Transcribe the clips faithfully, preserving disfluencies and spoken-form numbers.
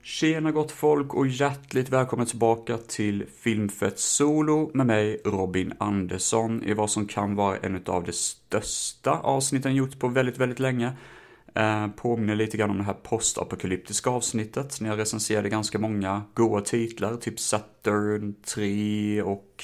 Tjena gott folk och hjärtligt välkomna tillbaka till Filmfett Solo med mig Robin Andersson i vad som kan vara en av de största avsnitten gjort på väldigt, väldigt länge. Eh, påminner lite grann om det här postapokalyptiska avsnittet när jag recenserade ganska många goda titlar, typ Saturn tre och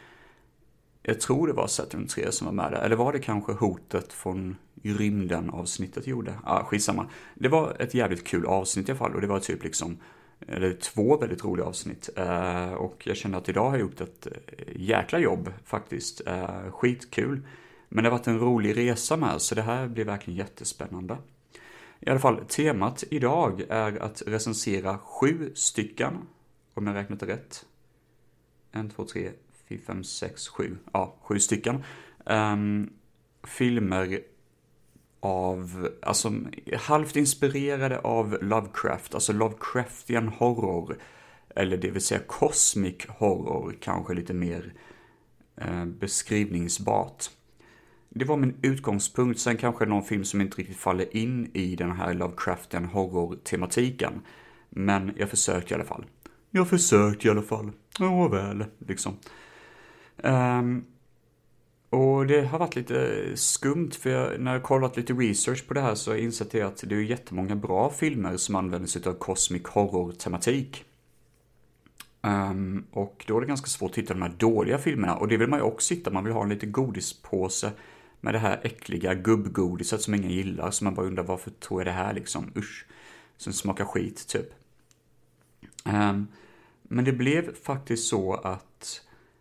jag tror det var Saturn tre som var med där. Eller var det kanske Hotet från rymden avsnittet gjorde? Ja, ah, skitsamma. Det var ett jävligt kul avsnitt i alla fall. Och det var typ liksom, eller två väldigt roliga avsnitt. Uh, och jag kände att idag har jag gjort ett jäkla jobb faktiskt. Uh, skitkul. Men det har varit en rolig resa med. Så det här blir verkligen jättespännande. I alla fall, temat idag är att recensera sju stycken. Om jag räknat rätt. En, två, tre, fyra, fem, sex, sju. Ja, sju stycken. Um, filmer av, alltså halvt inspirerade av Lovecraft, alltså Lovecraftian horror, eller det vill säga cosmic horror, kanske lite mer eh, beskrivningsbart. Det var min utgångspunkt, sen kanske någon film som inte riktigt faller in i den här Lovecraftian horror-tematiken, men jag försökte i alla fall. Jag försökte i alla fall, åh väl, liksom. Um, Och det har varit lite skumt för jag, när jag kollat lite research på det här så har jag insett att det är jättemånga bra filmer som använder sig av cosmic horror-tematik. Um, och då är det ganska svårt att hitta de här dåliga filmerna. Och det vill man ju också hitta, man vill ha en liten godispåse med det här äckliga gubbgodiset som ingen gillar. Så man bara undrar varför tror jag det här liksom, usch, som smakar skit typ. Um, men det blev faktiskt så att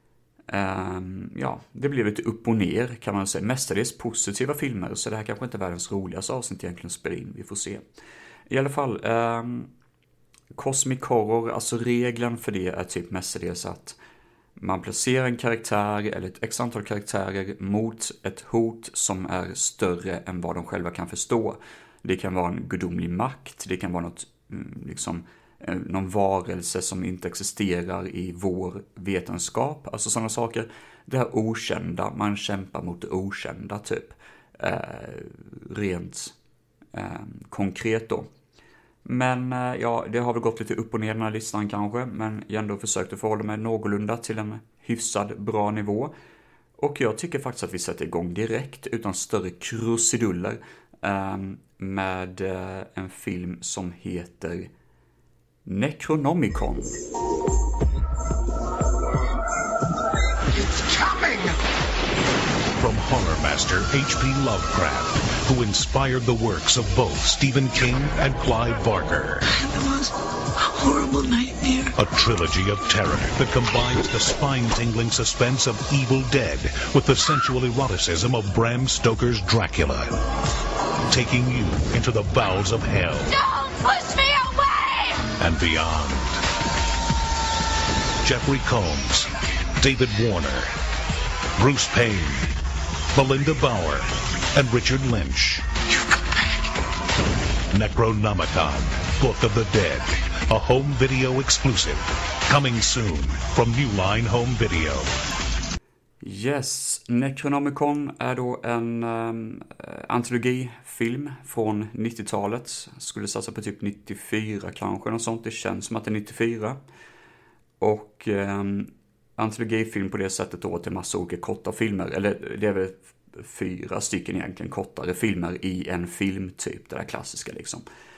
Um, ja, det blev ett upp och ner kan man säga, mestadels positiva filmer, så det här kanske inte är världens roligaste avsnitt egentligen att spela in, vi får se. I alla fall, um, cosmic horror, alltså regeln för det är typ mestadels att man placerar en karaktär eller ett x antal karaktärer mot ett hot som är större än vad de själva kan förstå. Det kan vara en gudomlig makt, det kan vara något liksom någon varelse som inte existerar i vår vetenskap, alltså sådana saker. Det här okända, man kämpar mot det okända typ, eh, rent eh, konkret då. Men eh, ja, det har väl gått lite upp och ner den här listan kanske, men jag ändå försökt att förhålla mig någorlunda till en hyfsad bra nivå. Och jag tycker faktiskt att vi sätter igång direkt utan större krusiduller eh, med eh, en film som heter Necronomicon. It's coming! From horror master H P Lovecraft, who inspired the works of both Stephen King and Clive Barker. It was a horrible nightmare. A trilogy of terror that combines the spine-tingling suspense of Evil Dead with the sensual eroticism of Bram Stoker's Dracula. Taking you into the bowels of hell. Don't push me away! And beyond. Jeffrey Combs, David Warner, Bruce Payne, Belinda Bauer, and Richard Lynch. You've come back. Necronomicon, Book of the Dead, a home video exclusive. Coming soon from New Line Home Video. Yes, Necronomicon är då en um, antologifilm från nittiotalet. Skulle satsa på typ nittiofyra kanske, något sånt. Det känns som att det är nittiofyra. Och um, antologifilm på det sättet då till massa olika korta filmer. Eller det är väl fyra stycken egentligen kortare filmer i en film typ. Det där klassiska liksom.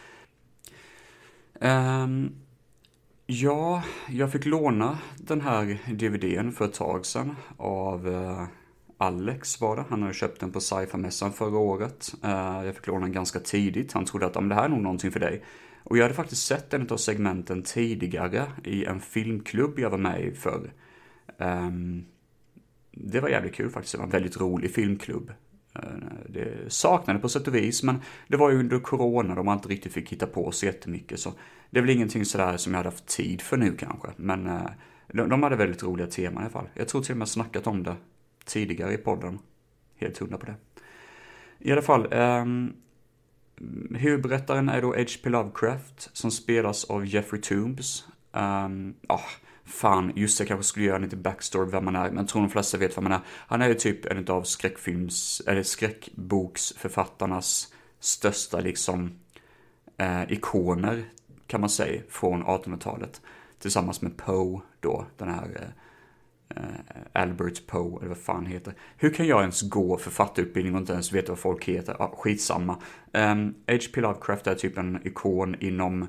Um, Ja, jag fick låna den här D V D:n för ett tag sedan av uh, Alex var det. Han hade köpt den på sci-fi-mässan förra året. Uh, jag fick låna den ganska tidigt. Han trodde att om det här är nog någonting för dig. Och jag hade faktiskt sett en av segmenten tidigare i en filmklubb jag var med i för. Um, det var jävligt kul faktiskt. Det var en väldigt rolig filmklubb. Det saknade på sätt och vis, men det var ju under corona då man inte riktigt fick hitta på så jättemycket, så det är väl ingenting sådär som jag hade haft tid för nu kanske, men de, de hade väldigt roliga teman i alla fall. Jag tror till och med snackat om det tidigare i podden, helt hundra på det. I alla fall, um, huvudberättaren är då H P Lovecraft som spelas av Jeffrey Combs. Um, oh, fan, just det, jag kanske skulle göra en lite backstory vem man är, men jag tror de flesta vet vem man är. Han är ju typ en av skräckfilms, eller skräckboksförfattarnas största liksom eh, ikoner, kan man säga, från artonhundratalet. Tillsammans med Poe då, den här eh, Albert Poe, eller vad fan heter. Hur kan jag ens gå författarutbildning och inte ens veta vad folk heter? Ja, skitsamma. Um, H P Lovecraft är typ en ikon inom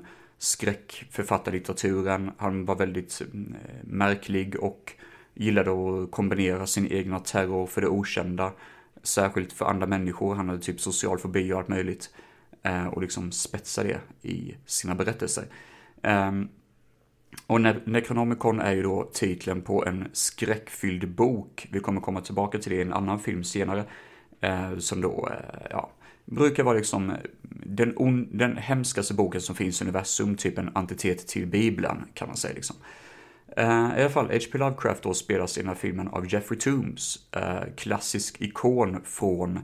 skräckförfattarlitteraturen. Han var väldigt eh, märklig och gillade att kombinera sin egna terror för det okända. Särskilt för andra människor. Han hade typ social fobi och allt möjligt. Eh, och liksom spetsa det i sina berättelser. Um, och ne- Necronomicon är ju då titeln på en skräckfylld bok. Vi kommer komma tillbaka till det i en annan film senare. Eh, som då, eh, ja, brukar vara liksom den, on- den hemskaste boken som finns i universum. Typ en antitet till Bibeln, kan man säga liksom. Uh, I alla fall, H P Lovecraft då spelas i den här filmen av Jeffrey Toombs, uh, klassisk ikon från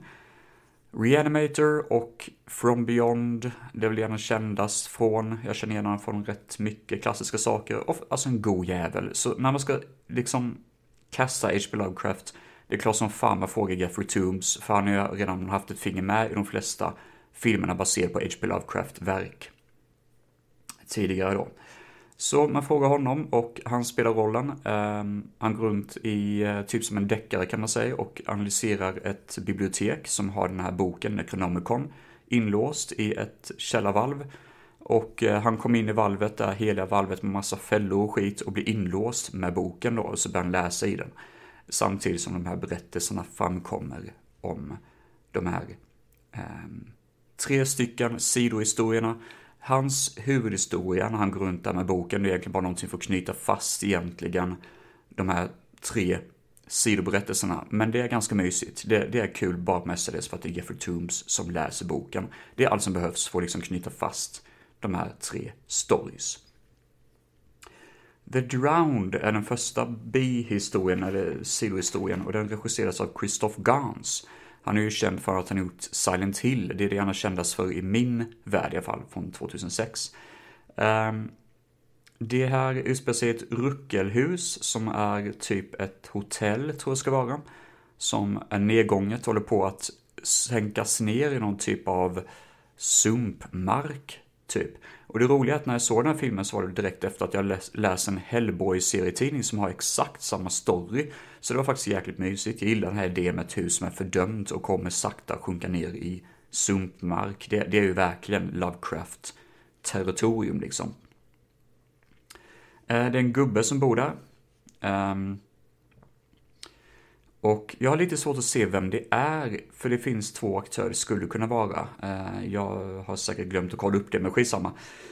Reanimator och From Beyond. Det är väl gärna kändast från, jag känner igen honom från rätt mycket klassiska saker, och alltså en god jävel. Så när man ska liksom kasta H P Lovecraft, det är klart som fan man frågar Jeffrey Toombs, för han har ju redan haft ett finger med i de flesta filmerna baserade på H P Lovecraft-verk tidigare då. Så man frågar honom och han spelar rollen. Um, han går runt i uh, typ som en deckare kan man säga och analyserar ett bibliotek som har den här boken Necronomicon inlåst i ett källarvalv. Och uh, han kommer in i valvet där, hela valvet med massa fällor och skit, och blir inlåst med boken då, och så börjar han läsa i den. Samtidigt som de här berättelserna framkommer om de här um, tre stycken sidohistorierna. Hans huvudhistoria när han går runt där med boken, det är egentligen bara någonting för att knyta fast egentligen de här tre sidoberättelserna. Men det är ganska mysigt. Det, det är kul bara mestadels för att det är Jeffrey Toombs som läser boken. Det är allt som behövs för att liksom knyta fast de här tre stories. The Drowned är den första bihistorien eller sidohistorien, och den regisseras av Christoph Gans. Han är ju känd för att han gjort Silent Hill. Det är det han har kändast för i min värld i alla fall, från tjugohundrasex. Um, det här utspelar sig i ett ruckelhus som är typ ett hotell, tror jag ska vara. Som är nedgånget, håller på att sänkas ner i någon typ av sumpmark, typ. Och det roliga är att när jag såg den här filmen så var det direkt efter att jag läs- läst en Hellboy-serietidning som har exakt samma story. Så det var faktiskt jäkligt mysigt. Jag gillar den här idén med ett hus som är fördömt och kommer sakta sjunka ner i sumpmark. Det, det är ju verkligen Lovecraft-territorium liksom. Eh, det är en gubbe som bor där. Um, Och jag har lite svårt att se vem det är, för det finns två aktörer det skulle kunna vara. Jag har säkert glömt att kolla upp det, men skitsamma.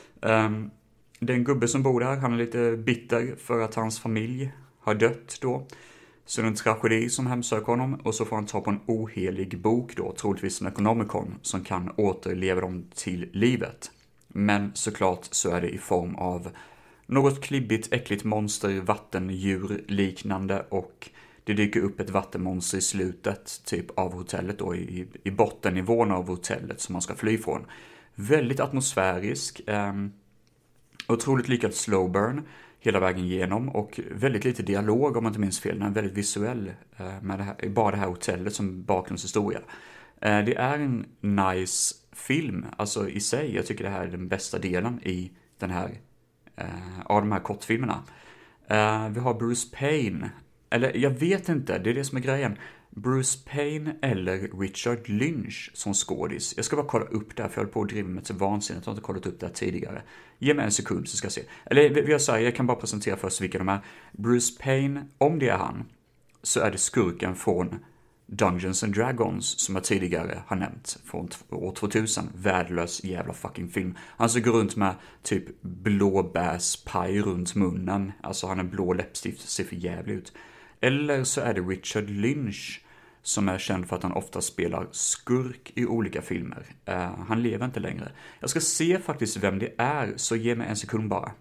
Det är en gubbe som bor där, han är lite bitter för att hans familj har dött då. Så det är en tragedi som hemsöker honom, och så får han ta på en ohelig bok då, troligtvis Necronomicon, som kan återleva dem till livet. Men såklart så är det i form av något klibbigt, äckligt monster, vattendjur liknande, och det dyker upp ett vattenmonster i slutet typ av hotellet då, i, i bottennivån av hotellet som man ska fly från. Väldigt atmosfärisk, eh, otroligt lyckad slow burn hela vägen igenom, och väldigt lite dialog om man inte minns fel. Den är väldigt visuell eh, med det här, bara det här hotellet som bakgrundshistoria. Eh, det är en nice film, alltså i sig. Jag tycker det här är den bästa delen i den här, eh, av de här kortfilmerna. Eh, vi har Bruce Payne. Eller jag vet inte, det är det som är grejen. Bruce Payne eller Richard Lynch som skådis. Jag ska bara kolla upp det här, för jag håller på att driva mig till vansinnigt. Jag har inte kollat upp det här tidigare. Ge mig en sekund så ska jag se. Eller vi har sagt, jag kan bara presentera först vilka de är. Bruce Payne, om det är han, så är det skurken från Dungeons and Dragons som jag tidigare har nämnt från år tvåtusen. Värdelös jävla fucking film. Han så går runt med typ blåbärspaj runt munnen. Alltså han är blå läppstift, ser för jävligt ut. Eller så är det Richard Lynch som är känd för att han ofta spelar skurk i olika filmer. Uh, han lever inte längre. Jag ska se faktiskt vem det är, så ge mig en sekund bara.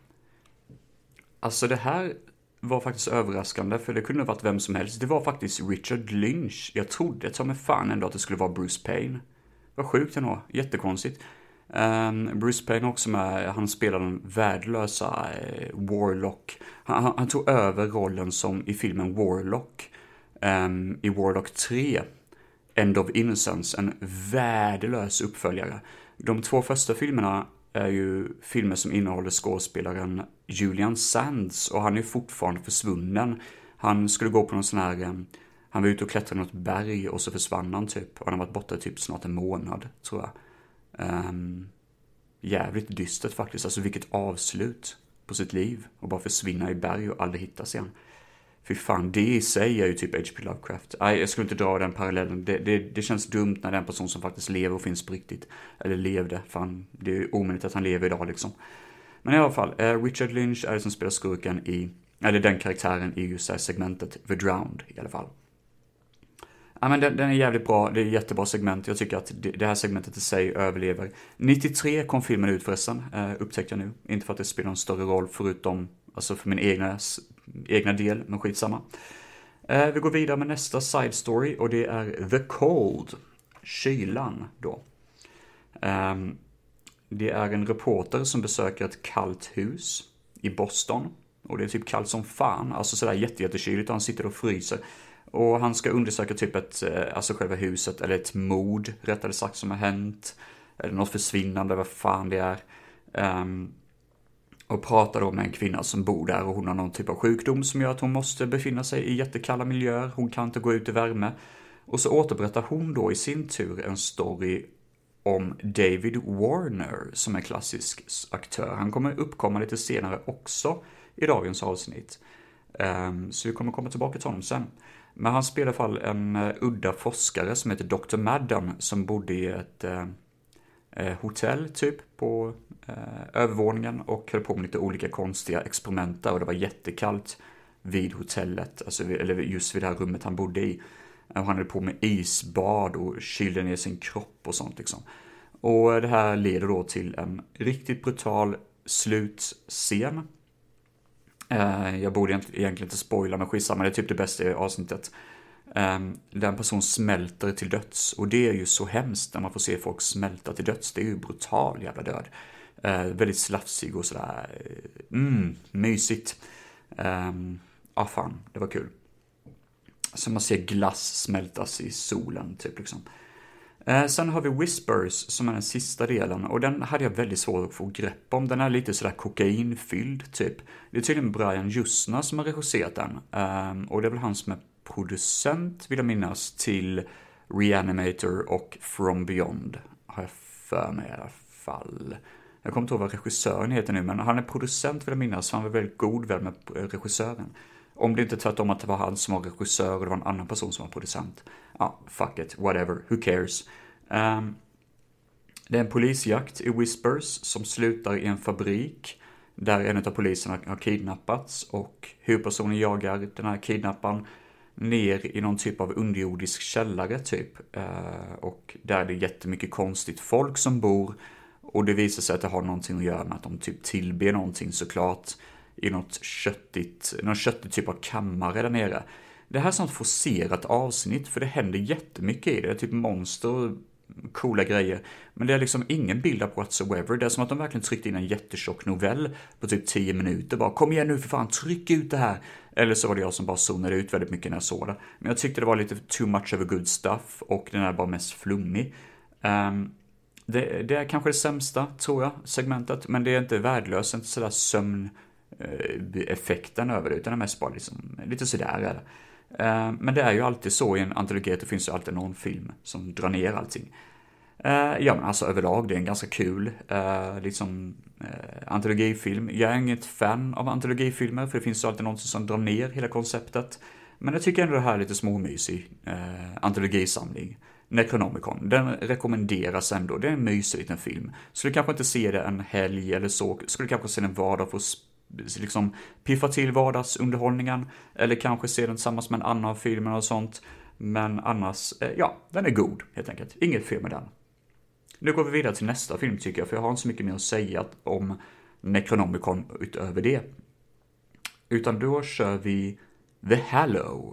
Alltså det här var faktiskt överraskande, för det kunde ha varit vem som helst. Det var faktiskt Richard Lynch. Jag trodde ta mig fan ändå att det skulle vara Bruce Payne. Vad sjukt det var, jättekonstigt. Um, Bruce Payne också med, han spelade den värdelösa eh, Warlock. Han, han, han tog över rollen som i filmen Warlock. Um, I Warlock tre, End of Innocence, en värdelös uppföljare. De två första filmerna är ju filmer som innehåller skådespelaren Julian Sands, och han är fortfarande försvunnen. Han skulle gå på någon sån här, han var ute och klättrade något berg och så försvann han typ, och han har varit borta typ snart en månad, tror jag. Um, jävligt dystert faktiskt, alltså vilket avslut på sitt liv, och bara försvinna i berg och aldrig hittas igen. Fy fan, det i sig är ju typ H P Lovecraft. Nej, jag skulle inte dra den parallellen. Det, det, det känns dumt när det är en person som faktiskt lever och finns på riktigt. Eller levde, fan, det är ju omöjligt att han lever idag liksom. Men i alla fall, eh, Richard Lynch är det som spelar skurken i, eller den karaktären i just det här segmentet, The Drowned i alla fall. Ja, men den, den är jävligt bra, det är ett jättebra segment. Jag tycker att det, det här segmentet i sig överlever. nittiotre kom filmen ut förresten, eh, upptäckte jag nu. Inte för att det spelar någon större roll förutom, alltså för min egna, egna del, men skitsamma. Eh, vi går vidare med nästa side story, och det är The Cold, kylan då. Eh, det är en reporter som besöker ett kallt hus i Boston. Och det är typ kallt som fan, alltså sådär jättejättekyligt, och han sitter och fryser. Och han ska undersöka typ ett, alltså själva huset, eller ett mord, rättare sagt, som har hänt. Eller något försvinnande, vad fan det är. Um, och pratar då med en kvinna som bor där, och hon har någon typ av sjukdom som gör att hon måste befinna sig i jättekalla miljöer. Hon kan inte gå ut i värme. Och så återberättar hon då i sin tur en story om David Warner, som är klassisk aktör. Han kommer uppkomma lite senare också i dagens avsnitt. Um, så vi kommer komma tillbaka till honom sen. Men han spelar i alla fall en uh, udda forskare som heter doktor Madden, som bodde i ett uh, uh, hotell typ på uh, övervåningen och höll på med lite olika konstiga experiment där, och det var jättekallt vid hotellet, alltså vid, eller just vid det här rummet han bodde i. Uh, han höll på med isbad och kylde ner sin kropp och sånt liksom. Och uh, det här leder då till en riktigt brutal slutscen. Jag borde egentligen inte spoila, men skitsamma, det är typ det bästa i avsnittet. Den person smälter till döds, och det är ju så hemskt när man får se folk smälta till döds. Det är ju brutal jävla död. Väldigt slafsig och sådär. Mm, mysigt. Ja, ah, fan, det var kul. Så man ser glass smältas i solen typ liksom. Eh, sen har vi Whispers som är den sista delen, och den hade jag väldigt svårt att få grepp om. Den är lite sådär kokainfylld typ. Det är tydligen Brian Justna som har regisserat den, eh, och det är väl han som är producent, vill jag minnas, till Reanimator och From Beyond, har jag för mig i alla fall. Jag kommer inte ihåg vad regissören heter nu, men han är producent, vill jag minnas, så han var väldigt god vän med regissören. Om det inte tvärtom att det var han som var regissör och det var en annan person som var producent. Ja, fuck it, whatever, who cares. Um, det är en polisjakt i Whispers som slutar i en fabrik där en av poliserna har kidnappats, och huvudpersonen jagar den här kidnapparen ner i någon typ av underjordisk källare typ. Uh, och där är det jättemycket konstigt folk som bor, och det visar sig att det har någonting att göra med att de typ tillber någonting såklart i något köttigt, någon köttig typ av kammare där nere. Det här är sånt forcerat avsnitt, för det händer jättemycket i det. Det är typ monster, coola grejer. Men det är liksom ingen bild på whatsoever. Det är som att de verkligen tryckte in en jättetjock novell på typ tio minuter. Bara, kom igen nu för fan, tryck ut det här. Eller så var det jag som bara zonade ut väldigt mycket när jag såg det. Men jag tyckte det var lite too much of a good stuff, och den är bara mest flummig. Um, det, det är kanske det sämsta, tror jag, segmentet. Men det är inte värdelöst, inte sådär sömn effekten över det, utan det är mest bara liksom, lite sådär är det. Uh, men det är ju alltid så i en antologi att det finns ju alltid någon film som drar ner allting. Uh, ja, men alltså överlag, det är en ganska kul uh, liksom uh, antologifilm. Jag är inget fan av antologifilmer, för det finns ju alltid någon som drar ner hela konceptet. Men jag tycker ändå det här är lite småmysig uh, antologisamling. Necronomicon, den rekommenderas ändå. Det är en mysig liten film. Skulle kanske inte se det en helg eller så. Skulle kanske se den vardag för att liksom piffa till vardagsunderhållningen, eller kanske se den tillsammans med en annan film och sånt. Men annars, eh, ja, den är god helt enkelt. Inget fel med den. Nu går vi vidare till nästa film tycker jag, för jag har inte så mycket mer att säga om Necronomicon utöver det. Utan då kör vi The Hallow.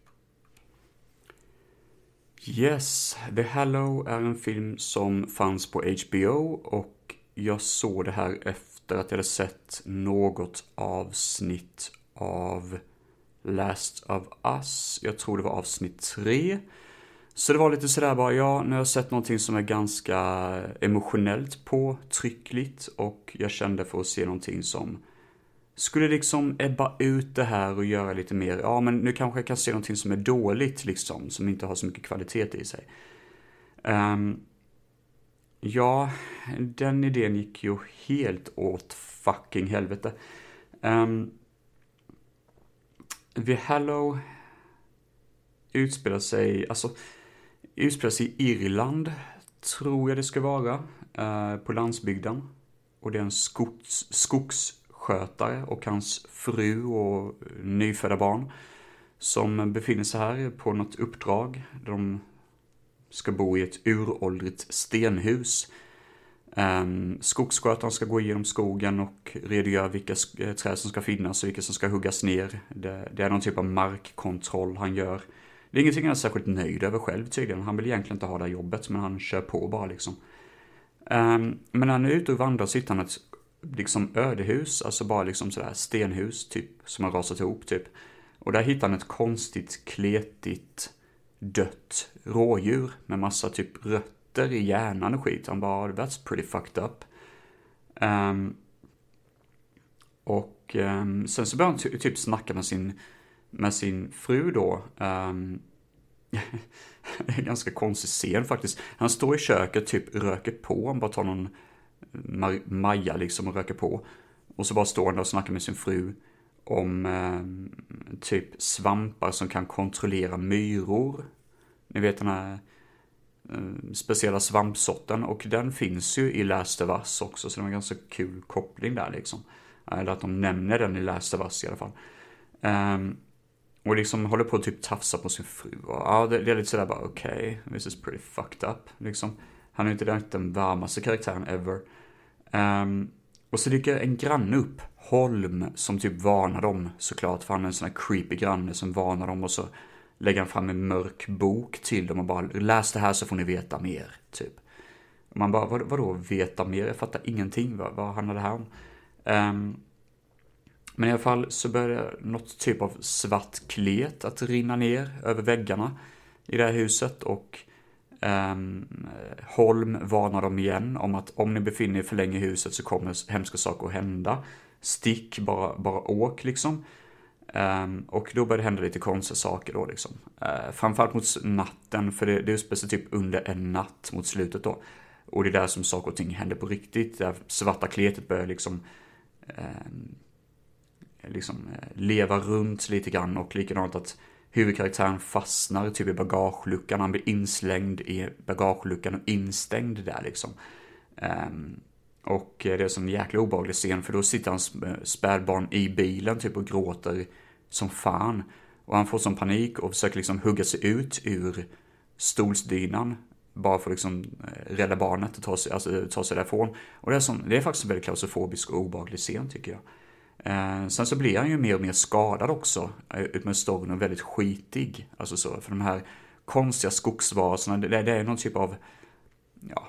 Yes, The Hallow är en film som fanns på H B O, och jag såg det här efter att jag hade sett något avsnitt av Last of Us. Jag tror det var avsnitt tre. Så det var lite sådär bara, ja, nu har jag sett någonting som är ganska emotionellt påtryckligt och jag kände för att se någonting som skulle liksom ebba ut det här och göra lite mer, ja men nu kanske jag kan se någonting som är dåligt liksom, som inte har så mycket kvalitet i sig. Um, ja, den idén gick ju helt åt fucking helvete. Um, The Hallow utspelar sig, alltså utspelar sig i Irland, tror jag det ska vara, uh, på landsbygden. Och det är en skogs, skogsskötare och hans fru och nyfödda barn som befinner sig här på något uppdrag. De ska bo i ett uråldrigt stenhus. Um, skogsskötaren ska gå igenom skogen och redogöra vilka träd som ska finnas och vilka som ska huggas ner. Det, det är någon typ av markkontroll han gör. Det är ingenting han är särskilt nöjd över själv tydligen. Han vill egentligen inte ha det här jobbet, men han kör på bara liksom. Um, men när han är ute och vandrar så hittar han ett liksom ödehus, alltså bara liksom sådär stenhus typ, som har rasat ihop typ. Och där hittar han ett konstigt, kletigt, dött rådjur med massa typ rötter i hjärnan och skit. Han bara, that's pretty fucked up. Um, och um, sen så börjar han ty- typ snacka med sin, med sin fru då. Um, det är en ganska konstig scen faktiskt. Han står i köket, typ röker på. Han bara tar någon ma- maja liksom och röker på. Och så bara står han där och snackar med sin fru om eh, typ svampar som kan kontrollera myror. Ni vet den här eh, speciella svampsorten. Och den finns ju i Last of Us också. Så det var en ganska kul koppling där liksom. Eller att de nämner den i Last of Us i alla fall. Um, och liksom håller på att typ tafsa på sin fru. Och, ja, det, det är lite sådär bara, okej, okay, this is pretty fucked up. Liksom. Han är inte den, den varmaste karaktären ever. Um, och så dyker en granne upp, Holm, som typ varnar dem såklart. För han är en sån här creepy granne som varnar dem. Och så lägger han fram en mörk bok till dem och bara, läs det här så får ni veta mer, typ. Och man bara, vad, vadå veta mer? Jag fattar ingenting, vad, vad handlar det här om? Um, men i alla fall så börjar något typ av svart klet att rinna ner över väggarna i det här huset. Och um, Holm varnar dem igen om att om ni befinner er för länge i huset så kommer hemska saker att hända. Stick, bara, bara åk liksom. Um, och då börjar det hända lite konstiga saker då liksom. Uh, framförallt mot natten, för det, det utspelar sig typ under en natt mot slutet då. Och det är där som saker och ting händer på riktigt. Där svarta kletet börjar liksom, um, liksom uh, leva runt lite grann. Och likadant att huvudkaraktären fastnar typ i bagageluckan. Han blir inslängd i bagageluckan och instängd där liksom. Um, Och det är en jäkla obehaglig scen, för då sitter hans spädbarn i bilen typ och gråter som fan. Och han får sån panik och försöker liksom hugga sig ut ur stolsdynan bara för att liksom rädda barnet och ta sig, alltså, ta sig därifrån. Och det är, sån, det är faktiskt en väldigt klaustrofobisk och obehaglig scen tycker jag. Eh, sen så blir han ju mer och mer skadad också ut med storyn och väldigt skitig. Alltså så, för de här konstiga skogsvarelserna, det, det är någon typ av, ja,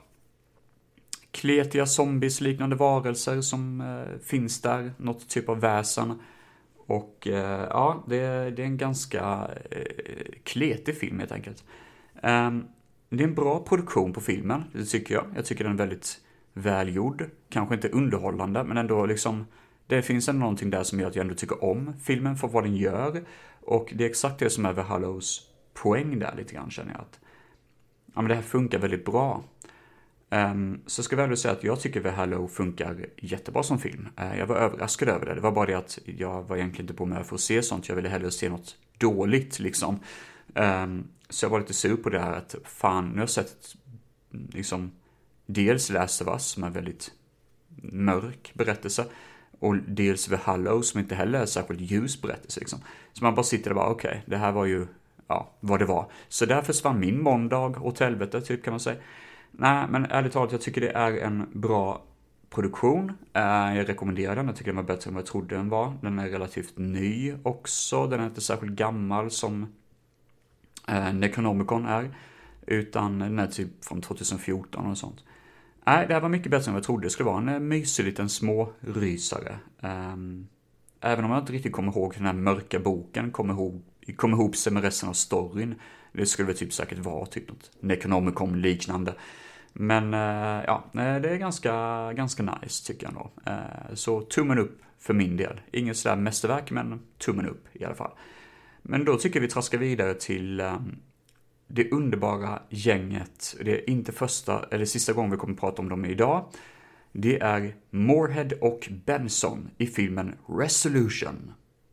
kletiga zombies liknande varelser som eh, finns där, något typ av väsen. Och eh, ja, det, det är en ganska eh, kletig film helt enkelt. Um, det är en bra produktion på filmen, det tycker jag. Jag tycker den är väldigt välgjord. Kanske inte underhållande, men ändå liksom, det finns ändå någonting där som gör att jag ändå tycker om filmen för vad den gör. Och det är exakt det som är The Hallows poäng där lite grann, känner jag att ja, men det här funkar väldigt bra. Um, så ska jag väl säga att jag tycker The Hallow funkar jättebra som film. Uh, jag var överraskad över det. Det var bara det att jag var egentligen inte på med för att se sånt. Jag ville hellre se något dåligt liksom. Um, så jag var lite sur på det här att fan, nu har jag sett liksom dels Last of Us som är väldigt mörk berättelse. Och dels The Hallow som inte heller är särskilt ljus berättelse liksom. Så man bara sitter och bara okej, okay, det här var ju ja, vad det var. Så där försvann min måndag åt helvete typ kan man säga. Nej, men ärligt talat, jag tycker det är en bra produktion. Jag rekommenderar den, jag tycker den var bättre än vad jag trodde den var. Den är relativt ny också, den är inte särskilt gammal som Necronomicon är. Utan den är typ från tjugohundrafjorton och sånt. Nej, det här var mycket bättre än vad jag trodde det skulle vara. En mysig liten små rysare. Även om jag inte riktigt kommer ihåg den här mörka boken, kommer ihåg kom ihop sig med resten av storyn. Det skulle väl typ säkert vara typ något Necronomicon liknande. Men uh, ja, det är ganska, ganska nice tycker jag nog. Uh, så tummen upp för min del. Inget sådär mästerverk, men tummen upp i alla fall. Men då tycker vi traskar vidare till um, det underbara gänget. Det är inte första eller sista gången vi kommer att prata om dem idag. Det är Moorhead och Benson i filmen Resolution.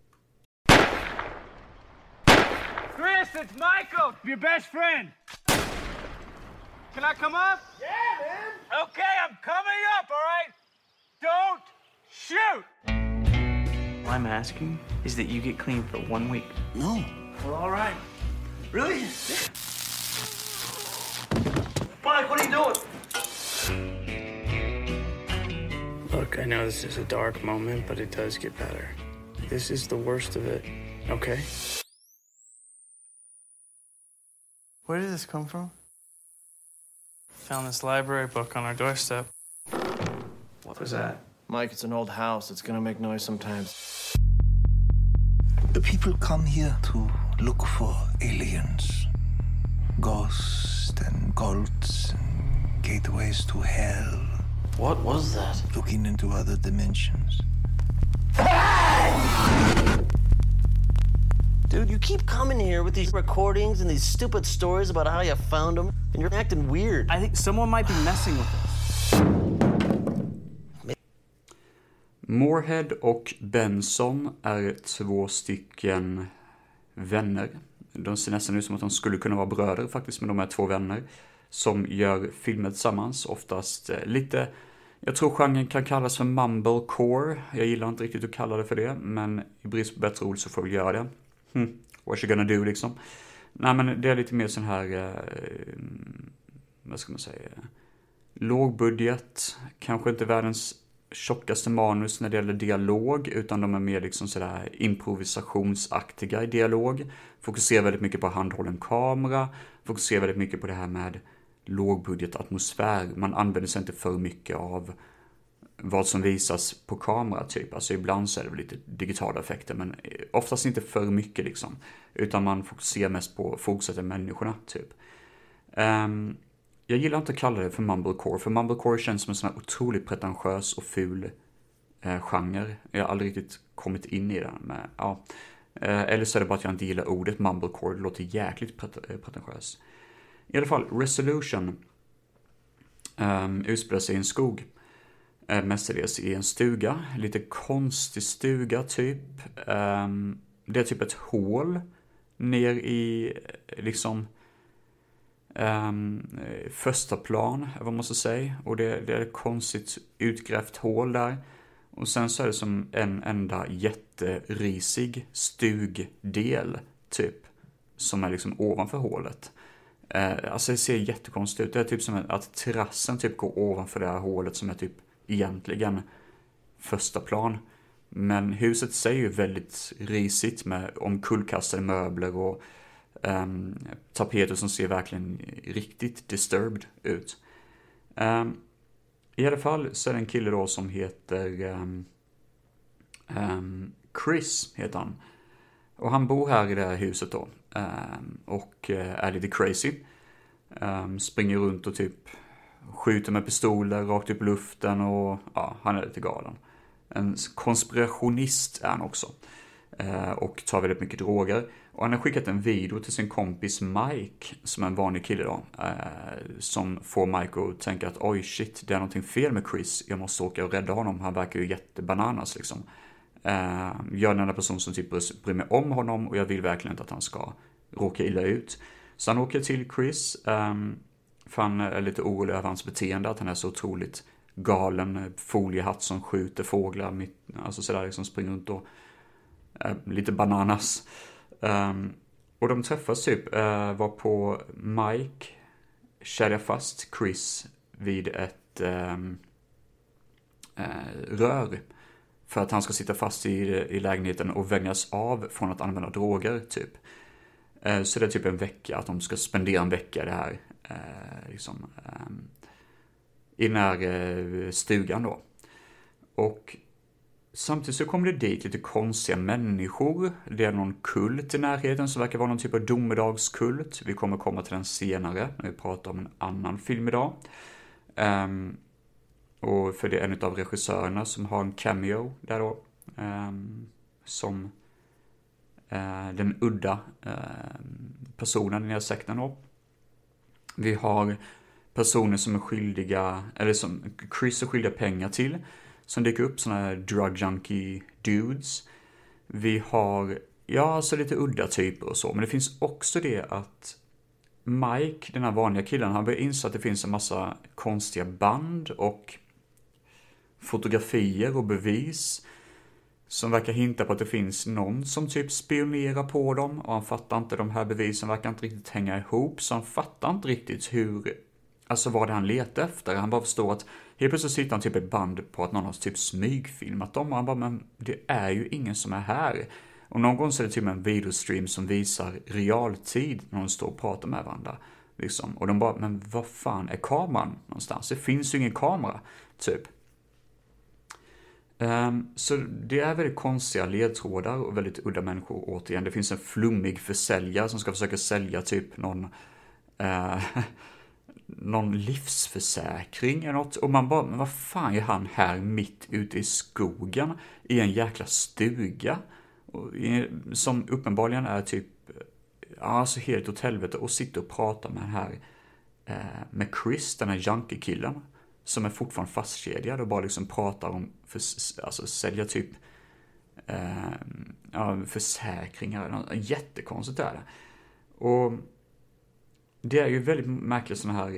Chris, it's Michael, your best friend. Can I come up? Yeah, man. Okay, I'm coming up, all right? Don't shoot! All I'm asking is that you get clean for one week. No. Well, all right. Really? Mike, what are you doing? Look, I know this is a dark moment, but it does get better. This is the worst of it, okay? Where did this come from? Found this library book on our doorstep. What was that? Mike, it's an old house. It's gonna make noise sometimes. The people come here to look for aliens, ghosts and cults and gateways to hell. What was that? Looking into other dimensions. Dude, you keep coming here with these recordings and these stupid stories about how you found them, and you're acting weird. I think someone might be messing with us. Moorhead och Benson är två stycken vänner. De ser nästan ut som att de skulle kunna vara bröder faktiskt, men de är två vänner som gör filmer tillsammans. Oftast lite, jag tror genren kan kallas för mumblecore. Jag gillar inte riktigt att kalla det för det, men i brist på bättre ord så får vi göra det. Hmm, what you gonna do liksom. Nej, men det är lite mer sån här, eh, vad ska man säga, lågbudget, kanske inte världens tjockaste manus när det gäller dialog, utan de är mer liksom sådär improvisationsaktiga i dialog. Fokuserar väldigt mycket på handhållen kamera, fokuserar väldigt mycket på det här med lågbudget atmosfär. Man använder sig inte för mycket av vad som visas på kamera typ. Alltså ibland så är det väl lite digitala effekter, men oftast inte för mycket liksom. Utan man fokuserar mest på fokuset människorna typ. Um, jag gillar inte att kalla det för mumblecore, för mumblecore känns som en sån här otroligt pretentiös och ful eh, genre. Jag har aldrig riktigt kommit in i den. Men, ja. eh, eller så är det bara att jag inte gillar ordet mumblecore, det låter jäkligt pret- pretentiös. I alla fall, Resolution um, utspelar sig i en skog. Uh, mestadels i en stuga. Lite konstig stuga typ. Um, det är typ ett hål ner i liksom um, första plan, vad man måste säga. Och det, det är ett konstigt utgrävt hål där. Och sen så är det som en enda jätterisig stugdel typ. Som är liksom ovanför hålet. Uh, alltså det ser jättekonstigt ut. Det är typ som att terrassen typ går ovanför det här hålet som är typ egentligen första plan. Men huset ser ju väldigt risigt med omkullkastade möbler och um, tapeter som ser verkligen riktigt disturbed ut. Um, I alla fall så är det en kille då som heter um, um, Chris heter han. Och han bor här i det här huset då. Um, och uh, är lite crazy. Um, springer runt och typ skjuter med pistoler rakt upp i luften och ja, han är lite galen. En konspirationist är han också. Eh, och tar väldigt mycket droger. Och han har skickat en video till sin kompis Mike, som är en vanlig kille då. Eh, som får Mike att tänka att oj shit, det är någonting fel med Chris. Jag måste åka och rädda honom, han verkar ju jättebananas liksom. Eh, jag är den enda person som typ bryr mig om honom och jag vill verkligen inte att han ska råka illa ut. Så han åker till Chris. Eh, För han är lite orolig över hans beteende, att han är så otroligt galen, foliehatt som skjuter fåglar, mitt, alltså sådär liksom springer runt och är lite bananas. Um, och de träffas typ, uh, var på Mike kedjar fast Chris vid ett um, uh, rör för att han ska sitta fast i, i lägenheten och vänjas av från att använda droger typ. Uh, så det är typ en vecka, att de ska spendera en vecka i det här Eh, liksom, eh, i den här eh, stugan då. Och samtidigt så kommer det dit lite konstiga människor. Det är någon kult i närheten som verkar vara någon typ av domedagskult. Vi kommer komma till den senare när vi pratar om en annan film idag. Um, och för det är en av regissörerna som har en cameo där då. Um, som uh, den udda uh, personen i den här sekten då. Vi har personer som är skyldiga, eller som Chris är skyldiga pengar till, som dyker upp, såna här drug junkie dudes. Vi har, ja, alltså lite udda typer och så, men det finns också det att Mike, den här vanliga killen, han börjar inse att det finns en massa konstiga band och fotografier och bevis som verkar hinta på att det finns någon som typ spionerar på dem, och han fattar inte, de här bevisen verkar inte riktigt hänga ihop, så han fattar inte riktigt hur, alltså vad det han letar efter. Han bara förstår att helt plötsligt sitter han typ ett band på att någon har typ smygfilmat dem, och han bara, men det är ju ingen som är här. Och någon gång så är det typ en videostream som visar realtid när de står och pratar med varandra. Liksom. Och de bara, men vad fan är kameran någonstans? Det finns ju ingen kamera, typ. Um, så det är väldigt konstiga ledtrådar och väldigt udda människor återigen. Det finns en flummig försäljare som ska försöka sälja typ någon uh, någon livsförsäkring eller något. Och man bara, men vad fan är han här mitt ute i skogen i en jäkla stuga? Och, som uppenbarligen är typ, alltså helt åt helvete, och sitter och pratar med den här uh, med Chris, den här junkie-killen, som är fortfarande fastkedjad och bara liksom pratar om för, alltså sälja typ eh, ja, försäkringar. Jättekonstigt är det. Och det är ju väldigt märkligt sådana här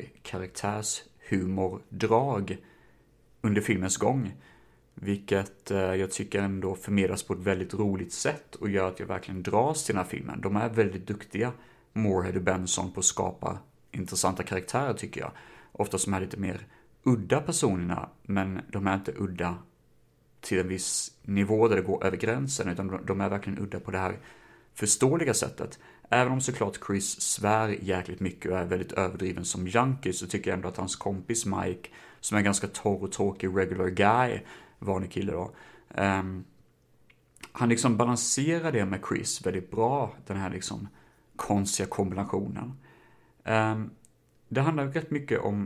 karaktärshumordrag under filmens gång. Vilket eh, jag tycker ändå förmedlas på ett väldigt roligt sätt och gör att jag verkligen dras till den här filmen. De är väldigt duktiga, Moorhead och Benson, på att skapa intressanta karaktärer tycker jag. Ofta som är lite mer udda personerna, men de är inte udda till en viss nivå där det går över gränsen, utan de är verkligen udda på det här förståeliga sättet. Även om såklart Chris svär jäkligt mycket och är väldigt överdriven som junkie, så tycker jag ändå att hans kompis Mike, som är en ganska torr och tråkig regular guy, vanlig kille då, um, han liksom balanserar det med Chris väldigt bra, den här liksom konstiga kombinationen. Um, det handlar rätt mycket om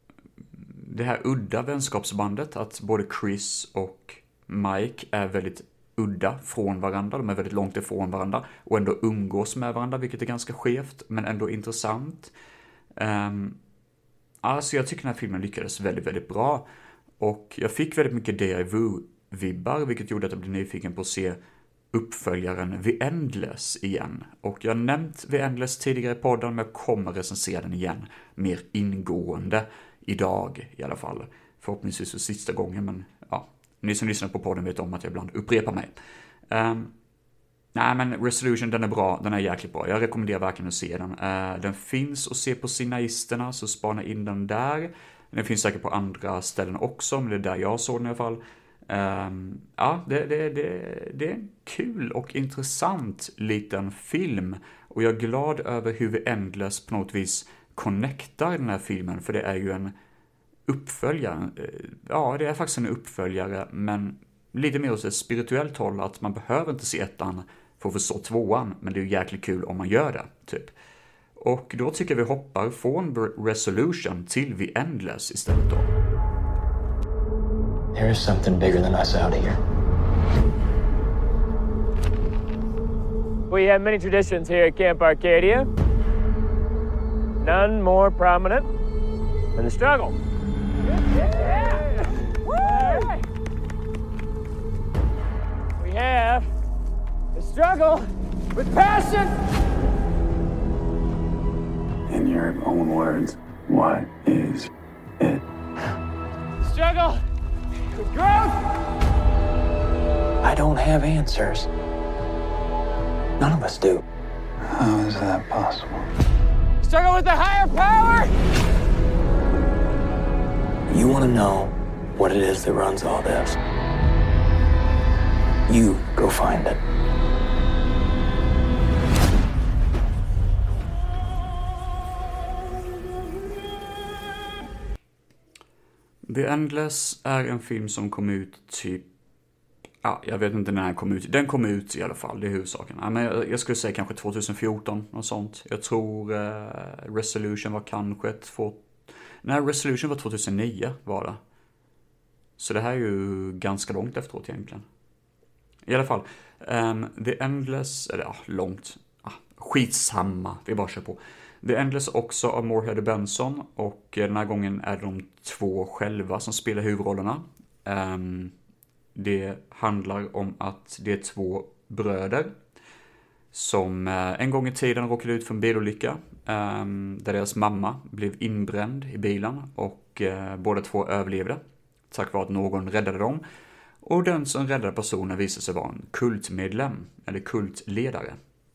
det här udda vänskapsbandet, att både Chris och Mike är väldigt udda från varandra, de är väldigt långt ifrån varandra och ändå umgås med varandra, vilket är ganska skevt men ändå intressant. Um, alltså jag tycker den här filmen lyckades väldigt, väldigt bra, och jag fick väldigt mycket déjà vu-vibbar, vilket gjorde att jag blev nyfiken på att se uppföljaren The Endless igen. Och jag har nämnt The Endless tidigare i podden, men jag kommer recensera den igen mer ingående idag i alla fall. Förhoppningsvis för sista gången, men ja, ni som lyssnar på podden vet om att jag ibland upprepar mig. Um, nej men Resolution, den är bra, den är jäkligt bra. Jag rekommenderar verkligen att se den. Uh, den finns att se på Cineisterna, så spana in den där. Den finns säkert på andra ställen också, men det är där jag såg den i alla fall. Um, ja, det, det, det, det är en kul och intressant liten film, och jag är glad över hur vi Endless på något vis connectar den här filmen, för det är ju en uppföljare. Ja, det är faktiskt en uppföljare, men lite mer åt ett spirituellt håll, att man behöver inte se ettan för att förstå tvåan, men det är ju jäkligt kul om man gör det, typ. Och då tycker vi hoppar från Resolution till The Endless istället då. There is something bigger than us out here. We have many traditions here at Camp Arcadia. None more prominent than the struggle. Yeah. Woo! We have the struggle with passion. In your own words, what is it? Struggle with growth. I don't have answers. None of us do. How is that possible? Struggle with the higher power. You want to know what it is that runs all this? You go find it. The Endless är en film som kom ut typ, Ja, jag vet inte när den kom ut. Den kom ut i alla fall, det är huvudsaken. Ja, men jag, jag skulle säga kanske tjugohundrafjorton och sånt. Jag tror uh, Resolution var kanske två... Nej, Resolution var tjugohundranio var det. Så det här är ju ganska långt efteråt egentligen. I alla fall, um, The Endless, eller ja, långt, ah, skitsamma, vi bara kör på. The Endless också av Moorhead och Benson, och den här gången är de två själva som spelar huvudrollerna. Um, det handlar om att det är två bröder som uh, en gång i tiden råkade ut för en bilolycka um, där deras mamma blev inbränd i bilen, och uh, båda två överlevde tack vare att någon räddade dem. Och den som räddade personen visade sig vara en kultmedlem, eller kultledare.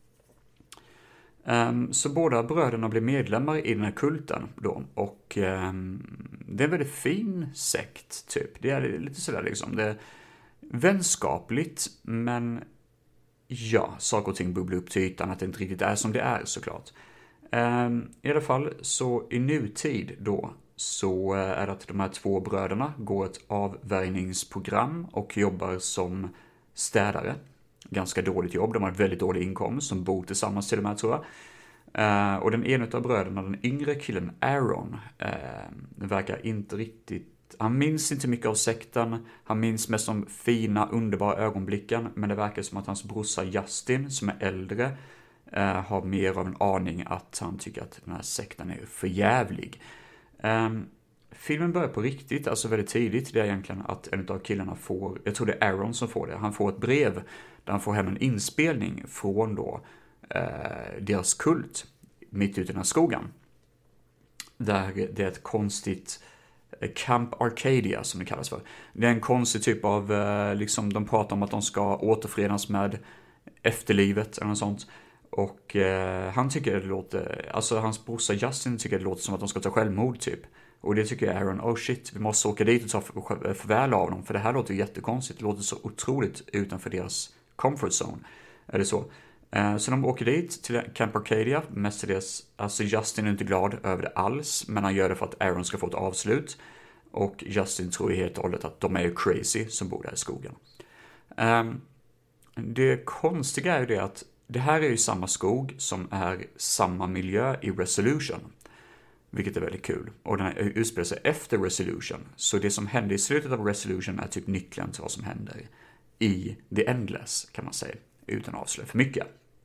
Um, så båda bröderna blev medlemmar i den här kulten då. Och um, det är en väldigt fin sekt, typ. Det är lite sådär liksom. Det är vänskapligt, men ja, saker och ting bubblar upp till ytan, att det inte riktigt är som det är, såklart. Um, I alla fall, så i nutid då, så är det att de här två bröderna går ett avvärjningsprogram och jobbar som städare. Ganska dåligt jobb, de har väldigt dålig inkomst, som bor tillsammans till och med, tror jag. Uh, och den ena av bröderna, den yngre killen Aaron, uh, verkar inte riktigt... Han minns inte mycket av sekten, han minns mest de fina, underbara ögonblicken, men det verkar som att hans brorsa Justin, som är äldre, uh, har mer av en aning att han tycker att den här sekten är för jävlig. Um, filmen börjar på riktigt, alltså väldigt tidigt. Det är egentligen att en av killarna får, jag tror det är Aaron som får det, han får ett brev där han får hem en inspelning från då uh, deras kult mitt ute i den här skogen. Där det är ett konstigt uh, Camp Arcadia som det kallas för. Det är en konstig typ av, uh, liksom de pratar om att de ska återförenas med efterlivet eller något sånt. Och eh, han tycker det låter, alltså hans brorsa Justin tycker det låter som att de ska ta självmord typ. Och det tycker Aaron, oh shit, vi måste åka dit och ta för, förväl av dem. För det här låter ju jättekonstigt, det låter så otroligt utanför deras comfort zone. Är det så? Eh, så de åker dit till Camp Arcadia, mestadels, alltså Justin är inte glad över det alls. Men han gör det för att Aaron ska få ett avslut. Och Justin tror ju helt och hållet att de är ju crazy som bor där i skogen. Eh, det konstiga är ju det att det här är ju samma skog som är samma miljö i Resolution. Vilket är väldigt kul. Och den utspelar sig efter Resolution. Så det som händer i slutet av Resolution är typ nyckeln till vad som händer i The Endless, kan man säga. Utan att avslöja för mycket.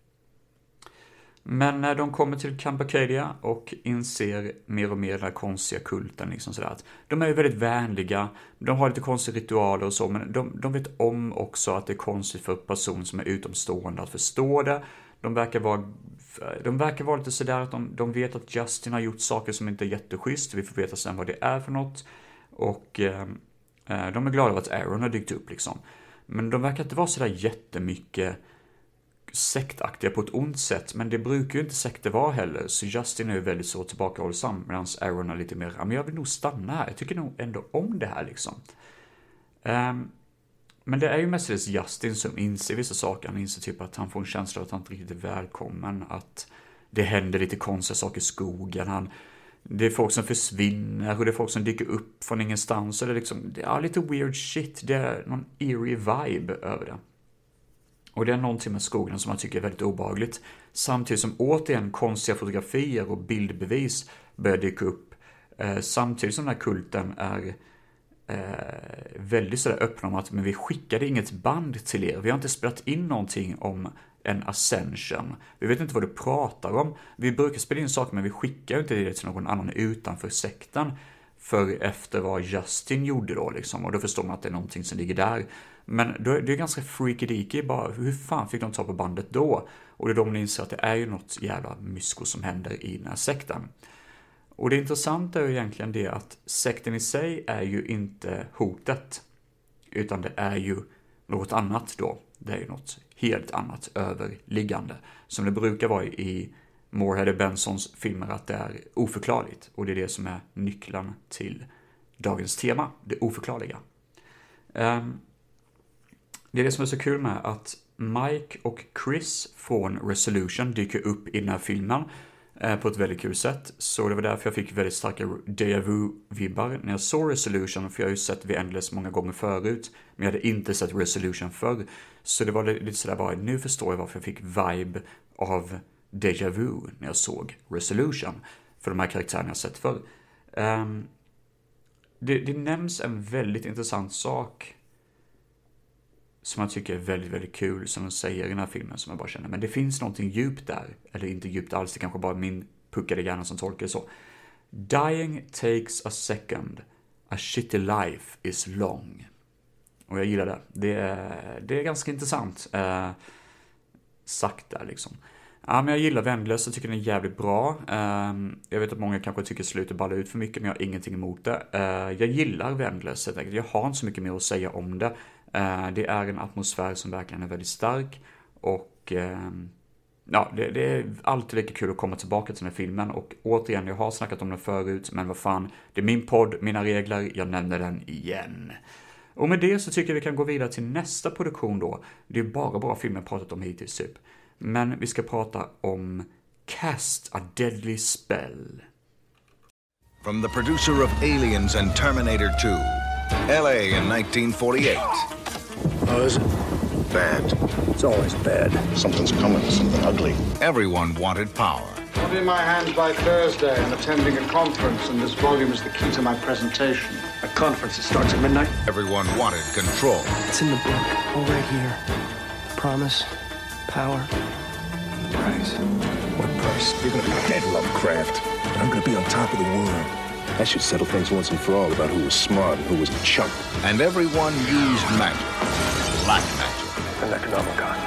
Men när de kommer till Camp Arcadia och inser mer och mer den här konstiga kulten, liksom sådär, att de är ju väldigt vänliga, de har lite konstiga ritualer och så, men de, de vet om också att det är konstigt för personer som är utomstående att förstå det. De verkar vara, de verkar vara lite sådär att de, de vet att Justin har gjort saker som inte är jätteschysst, vi får veta sen vad det är för något. Och eh, de är glada över att Aaron har dykt upp liksom. Men de verkar inte vara sådär jättemycket sektaktiga på ett ont sätt, men det brukar ju inte sekter vara heller, så Justin är ju väldigt så tillbakahållsam, medan Aaron är lite mer, ja, men jag vill nog stanna här, jag tycker nog ändå om det här liksom. Um, men det är ju mestadels Justin som inser vissa saker, han inser typ att han får en känsla av att han inte riktigt är välkommen, att det händer lite konstiga saker i skogen, han, det är folk som försvinner och det är folk som dyker upp från ingenstans, och det är liksom, det är lite weird shit, det är någon eerie vibe över det. Och det är någonting med skogen som jag tycker är väldigt obehagligt. Samtidigt som återigen konstiga fotografier och bildbevis börjar dyka upp. Eh, samtidigt som den här kulten är eh, väldigt sådär öppen om att men vi skickade inget band till er. Vi har inte spelat in någonting om en ascension. Vi vet inte vad du pratar om. Vi brukar spela in saker men vi skickar inte det till någon annan utanför sekten. För efter vad Justin gjorde då liksom. Och då förstår man att det är någonting som ligger där. Men då, det är ganska freaky-deaky. Bara, hur fan fick de ta på bandet då? Och det är då man inser att det är ju något jävla mysko som händer i den här sekten. Och det intressanta är ju egentligen det att sekten i sig är ju inte hotet. Utan det är ju något annat då. Det är ju något helt annat överliggande. Som det brukar vara i Moorhead och Bensons filmer, att det är oförklarligt. Och det är det som är nyckeln till dagens tema. Det oförklarliga. Um, det är det som är så kul med att Mike och Chris från Resolution dyker upp i den här filmen. eh, på ett väldigt kul sätt. Så det var därför jag fick väldigt starka déjà vu-vibbar när jag såg Resolution, för jag har ju sett The Endless många gånger förut, men jag hade inte sett Resolution förr. Så det var lite sådär bara, nu förstår jag varför jag fick vibe av déjà vu när jag såg Resolution, för de här karaktärerna jag sett förr. Um, det, det nämns en väldigt intressant sak som jag tycker är väldigt, väldigt kul, som de säger i den här filmen, som jag bara känner, men det finns någonting djupt där, eller inte djupt alls, det kanske bara min puckade hjärna som tolkar det så. Dying takes a second, a shitty life is long. Och jag gillar det. Det är, det är ganska intressant eh, sagt där liksom. Ja, men jag gillar Vendless, jag tycker den är jävligt bra. Eh, jag vet att många kanske tycker slutet ballar ut för mycket, men jag har ingenting emot det. Eh, jag gillar Vendless, jag har inte så mycket mer att säga om det. Eh, det är en atmosfär som verkligen är väldigt stark. Och eh, ja, det, det är alltid lika kul att komma tillbaka till den här filmen. Och återigen, jag har snackat om den förut, men vad fan, det är min podd, mina regler, jag nämner den igen. Och med det så tycker jag vi kan gå vidare till nästa produktion då. Det är bara bra filmer pratat om hittills typ. Men vi ska prata om Cast a Deadly Spell. From the producer of Aliens and Terminator two, L A in nineteen forty-eight. How is it? Bad. It's always bad. Something's coming, something ugly. Everyone wanted power. I'll be in my hands by Thursday. I'm attending a conference, and this volume is the key to my presentation. A conference that starts at midnight? Everyone wanted control. It's in the book. All right here. Promise. Power. Price. What price? You're gonna be dead, Lovecraft. And I'm gonna be on top of the world. That should settle things once and for all about who was smart and who was a chump. And everyone used magic. Black magic. An Necronomicon.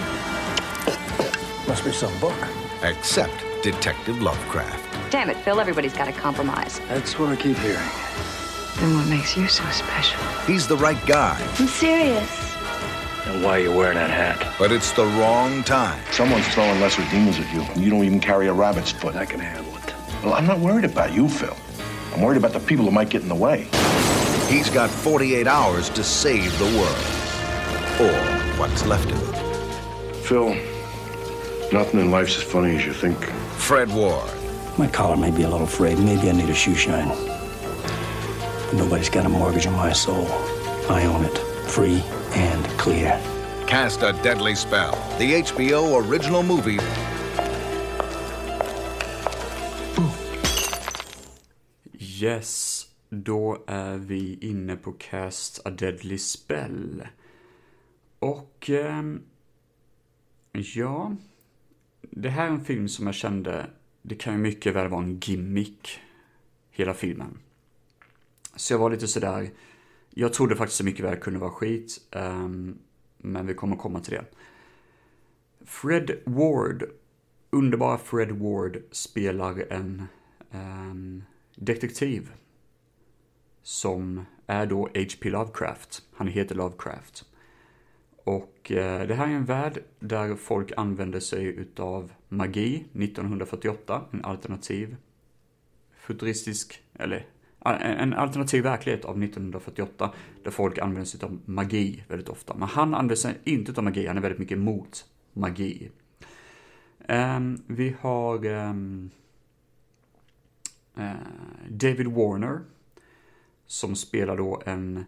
Must be some book. Except Detective Lovecraft. Damn it, Phil, everybody's got to compromise. That's what I keep hearing. Then what makes you so special? He's the right guy. I'm serious. And why are you wearing that hat? But it's the wrong time. Someone's throwing lesser demons at you, and you don't even carry a rabbit's foot. I can handle it. Well, I'm not worried about you, Phil. I'm worried about the people who might get in the way. He's got forty-eight hours to save the world. Or what's left of it. Phil, nothing in life's as funny as you think. Fred Ward. My collar may be a little frayed. Maybe I need a shoe shine. But nobody's got a mortgage on my soul. I own it. Free and clear. Cast a Deadly Spell. The H B O original movie. Yes, då är vi inne på Cast a Deadly Spell. Och eh, ja, det här är en film som jag kände, det kan ju mycket väl vara en gimmick, hela filmen. Så jag var lite sådär, jag trodde faktiskt så mycket väl kunde vara skit, eh, men vi kommer komma till det. Fred Ward, underbara Fred Ward, spelar en eh, detektiv som är då H P Lovecraft. Han heter Lovecraft. Och eh, det här är en värld där folk använder sig utav magi nittonhundrafyrtioåtta, en alternativ futuristisk, eller en alternativ verklighet av nittonhundrafyrtioåtta, där folk använder sig utav magi väldigt ofta. Men han använder sig inte utav magi, han är väldigt mycket emot magi. Um, vi har um, uh, David Warner som spelar då en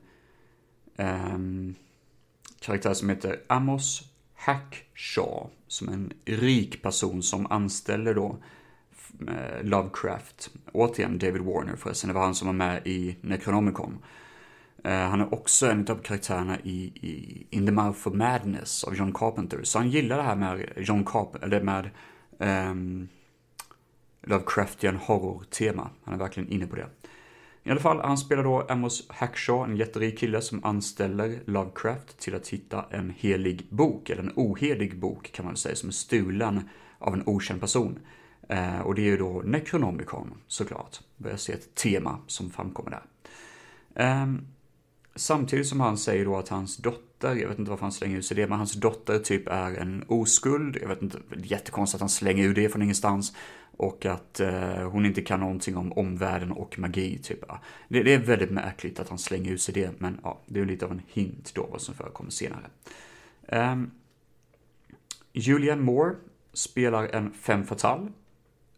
um, karaktär som heter Amos Hackshaw, som en rik person som anställer då uh, Lovecraft. Återigen David Warner förresten, det var han som var med i Necronomicon. Uh, han är också en av karaktärerna i, i In the Mouth of Madness av John Carpenter. Så han gillar det här med John Carpenter, eller med um, Lovecraftian horror-tema. Han är verkligen inne på det. I alla fall, han spelar då Amos Hackshaw, en jätterik kille som anställer Lovecraft till att hitta en helig bok, eller en ohelig bok kan man säga, som är stulen av en okänd person. Uh, och det är ju då Necronomicon, såklart. Börjar se ett tema som framkommer där. Um, Samtidigt som han säger då att hans dotter, jag vet inte varför han slänger ut sig det, men hans dotter typ är en oskuld. Jag vet inte, det är jättekonstigt att han slänger ut det från ingenstans. Och att eh, hon inte kan någonting om omvärlden och magi typ. Ja. Det, det är väldigt märkligt att han slänger ut sig det, men ja, det är lite av en hint då vad som förekommer senare. Um, Julianne Moore spelar en femme fatale.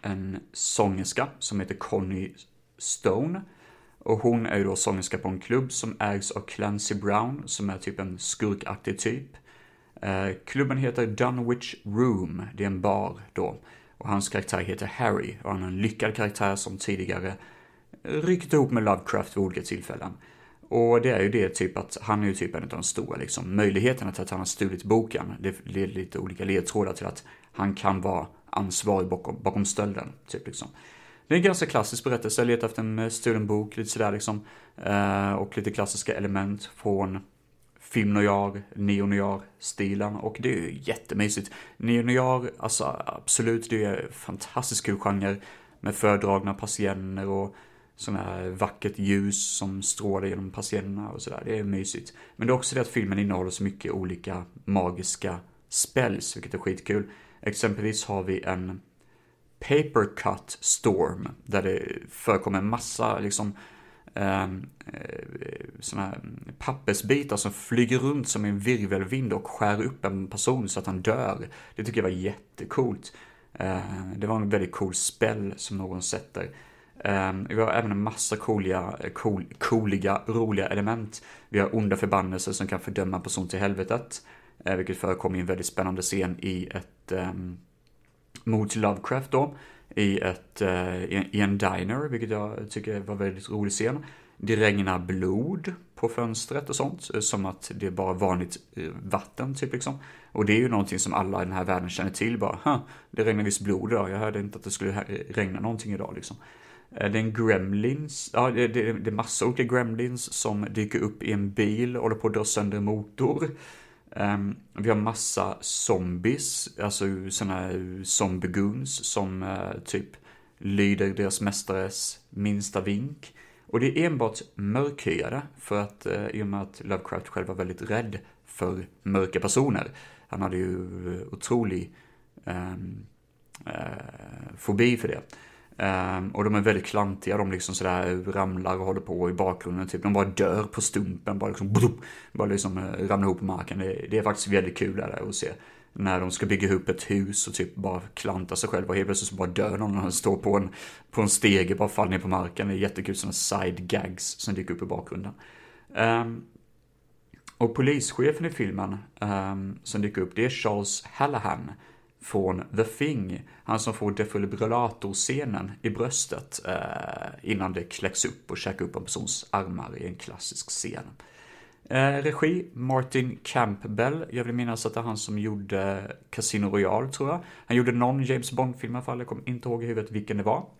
en sångerska som heter Connie Stone. Och hon är ju då sångerska på en klubb som ägs av Clancy Brown, som är typ en skurkaktig typ. Eh, klubben heter Dunwich Room, det är en bar då. Och hans karaktär heter Harry, och han är en lyckad karaktär som tidigare ryckt ihop med Lovecraft vid olika tillfällen. Och det är ju det typ att han är ju typ en av de stora liksom, möjligheterna till att han har stulit boken. Det leder lite olika ledtrådar till att han kan vara ansvarig bakom, bakom stölden, typ liksom. Det är en ganska klassisk berättelse, jag letar efter en stulen bok, lite sådär liksom. Eh, och lite klassiska element från film noir, neo-noir-stilen. Och det är ju jättemysigt. Neo-noir, alltså absolut, det är fantastiskt kul genre. Med fördragna patienter och sådana här vackert ljus som strålar genom patienterna och sådär. Det är mysigt. Men det är också det att filmen innehåller så mycket olika magiska spells, vilket är skitkul. Exempelvis har vi en paper cut storm där det förekommer en massa liksom eh, såna här pappersbitar som flyger runt som en virvelvind och skär upp en person så att han dör. Det tycker jag var jättecoolt. Eh, det var en väldigt cool spell som någon sätter. Eh, vi har även en massa cooliga, cool, cooliga, roliga element. Vi har onda förbannelser som kan fördöma en person till helvetet. Eh, vilket förekommer i en väldigt spännande scen i ett eh, mord till Lovecraft då. I, ett, eh, i en diner, vilket jag tycker var väldigt rolig scen. Det regnar blod på fönstret och sånt. Som att det är bara vanligt vatten typ liksom. Och det är ju någonting som alla i den här världen känner till. Bara, det regnar visst blod idag. Jag hörde inte att det skulle regna någonting idag liksom. Det är en gremlins. Ja, det, det, det är massa olika gremlins som dyker upp i en bil och håller på att dra sönder motor. Um, vi har massa zombies, alltså såna zombiegoons som uh, typ lyder deras mästares minsta vink. Och det är enbart mörkhyade för att uh, i och med att Lovecraft själv var väldigt rädd för mörka personer. Han hade ju otrolig um, uh, fobi för det. Um, och de är väldigt klantiga, de liksom sådär ramlar och håller på i bakgrunden typ, de bara dör på stumpen, bara liksom, blub, bara liksom uh, ramlar ihop på marken. Det, det är faktiskt väldigt kul där att se när de ska bygga upp ett hus och typ bara klanta sig själva och helt plötsligt så bara dör någon när de står på en, på en stege, bara faller ner på marken. Det är jättekul, sådana side gags som dyker upp i bakgrunden. Um, och polischefen i filmen um, som dyker upp, det är Charles Hallahan från The Thing. Han som får defibrillator-scenen i bröstet eh, innan det kläcks upp och käkar upp en persons armar i en klassisk scen. Eh, regi Martin Campbell. Jag vill minnas att det är han som gjorde Casino Royale, tror jag. Han gjorde någon James Bond-film i alla fall. Jag kommer inte ihåg i huvudet vilken det var.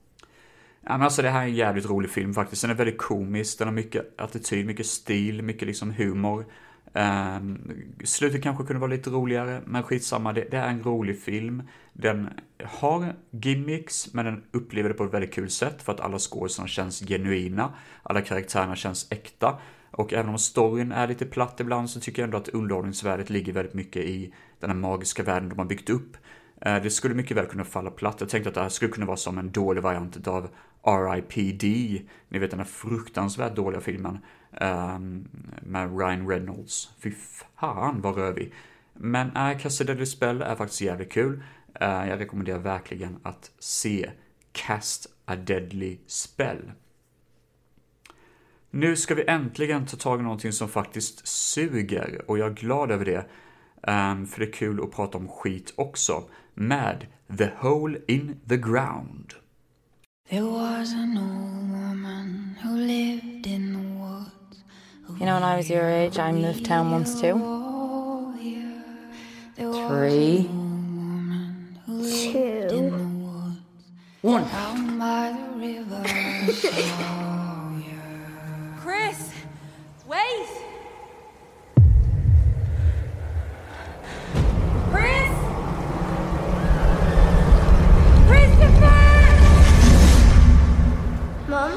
Ja, men alltså det här är en jävligt rolig film faktiskt. Den är väldigt komisk. Den har mycket attityd, mycket stil, mycket liksom humor. Um, slutet kanske kunde vara lite roligare, men skitsamma, det, det är en rolig film. Den har gimmicks, men den upplever det på ett väldigt kul sätt för att alla skådespelarna känns genuina, alla karaktärerna känns äkta. Och även om storyn är lite platt ibland så tycker jag ändå att underhållningsvärdet ligger väldigt mycket i den här magiska världen de har byggt upp. uh, Det skulle mycket väl kunna falla platt. Jag tänkte att det här skulle kunna vara som en dålig variant av R I P D. Ni vet den här fruktansvärt dåliga filmen Um, med Ryan Reynolds. Fy fan vad rövig. Men äh, Cast a Deadly Spell är faktiskt jävligt kul. uh, Jag rekommenderar verkligen att se Cast a Deadly Spell. Nu ska vi äntligen ta tag i någonting som faktiskt suger, och jag är glad över det, um, för det är kul att prata om skit också, med The Hole in the Ground. There was an old woman who lived in the woods. You know, when I was your age, I moved town once too. Three. Two. One. Down by the river. Chris! Wait! Chris! Christopher! Mom?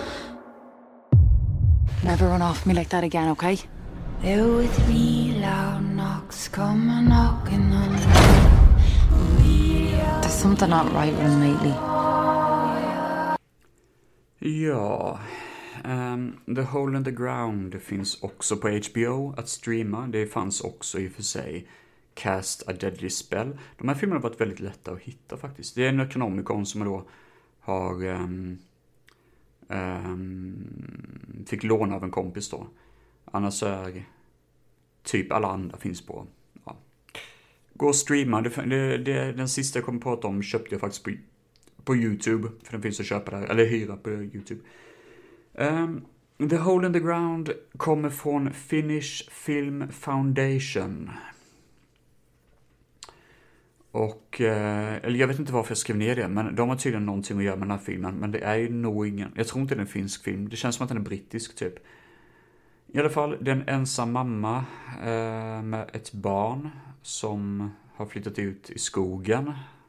Never run off me like that again, okay? There were three loud knocks coming knocking on the door. There's something not right with him lately. Ja, um, The Hole in the Ground finns också på H B O att streama. Det fanns också i och för sig Cast a Deadly Spell. De här filmerna har varit väldigt lätta att hitta faktiskt. Det är en Necronomicon som då har um, um, fick låna av en kompis då. Annars är typ alla andra finns på. Ja. Gå och streama. Det, det, det, den sista jag kommer prata om köpte jag faktiskt på, på YouTube. För den finns att köpa där. Eller hyra på YouTube. Um, The Hole in the Ground kommer från Finnish Film Foundation. Och, eh, eller jag vet inte varför jag skrev ner det, men de har tydligen någonting att göra med den här filmen. Men det är ju nog ingen, jag tror inte det är en finsk film. Det känns som att den är brittisk typ. I alla fall, det är en ensam mamma eh, med ett barn som har flyttat ut i skogen.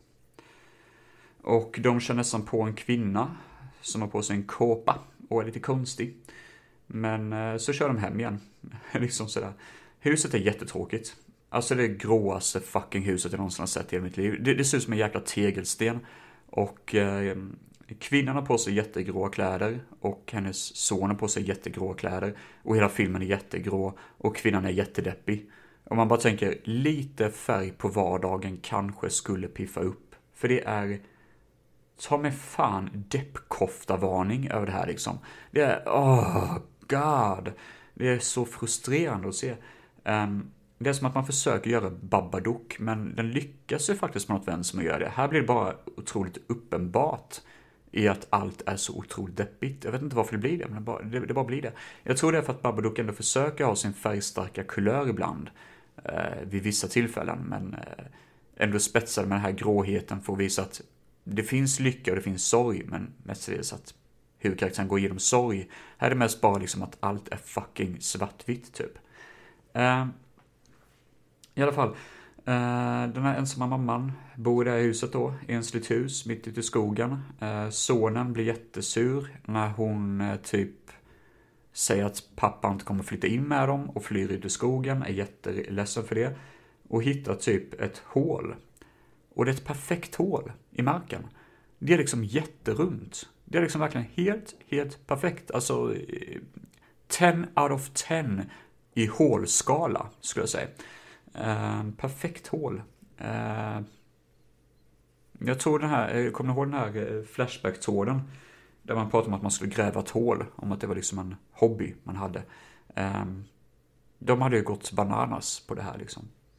Och de känner nästan på en kvinna som har på sig en kåpa och är lite konstig. Men eh, så kör de hem igen. Liksom sådär. Huset är jättetråkigt. Alltså det gråaste fucking huset jag någonsin har sett i hela mitt liv. Det, det ser ut som en jäkla tegelsten. Och eh, kvinnan har på sig jättegråa kläder. Och hennes son har på sig jättegråa kläder. Och hela filmen är jättegrå. Och kvinnan är jättedeppig. Och man bara tänker, lite färg på vardagen kanske skulle piffa upp. För det är, ta mig fan, deppkofta-varning över det här liksom. Det är, oh god. Det är så frustrerande att se. Um, Det är som att man försöker göra Babadook, men den lyckas ju faktiskt på något vänster med att göra det. Här blir det bara otroligt uppenbart i att allt är så otroligt deppigt. Jag vet inte varför det blir det, men det bara, det, det bara blir det. Jag tror det är för att Babadook ändå försöker ha sin färgstarka kulör ibland. Eh, vid vissa tillfällen, men eh, ändå spetsar med den här gråheten för att visa att det finns lycka och det finns sorg, men mestadels att huvudkaraktären går igenom sorg. Här är det mest bara liksom att allt är fucking svartvitt typ. Eh, I alla fall, eh, den här ensamma mamman bor i det här huset då, i en slitt hus mitt ute i skogen. Eh, sonen blir jättesur när hon eh, typ säger att pappa inte kommer flytta in med dem och flyr ut i skogen, är jätteledsen för det. Och hittar typ ett hål. Och det är ett perfekt hål i marken. Det är liksom jätterunt. Det är liksom verkligen helt, helt perfekt. Alltså, ten out of ten i hålskala skulle jag säga. Uh, perfekt hål. Uh, jag tror den här, kommer ni ihåg den här flashback-tråden där man pratade om att man skulle gräva ett hål, om att det var liksom en hobby man hade. Uh, de hade ju gått bananas på det här liksom.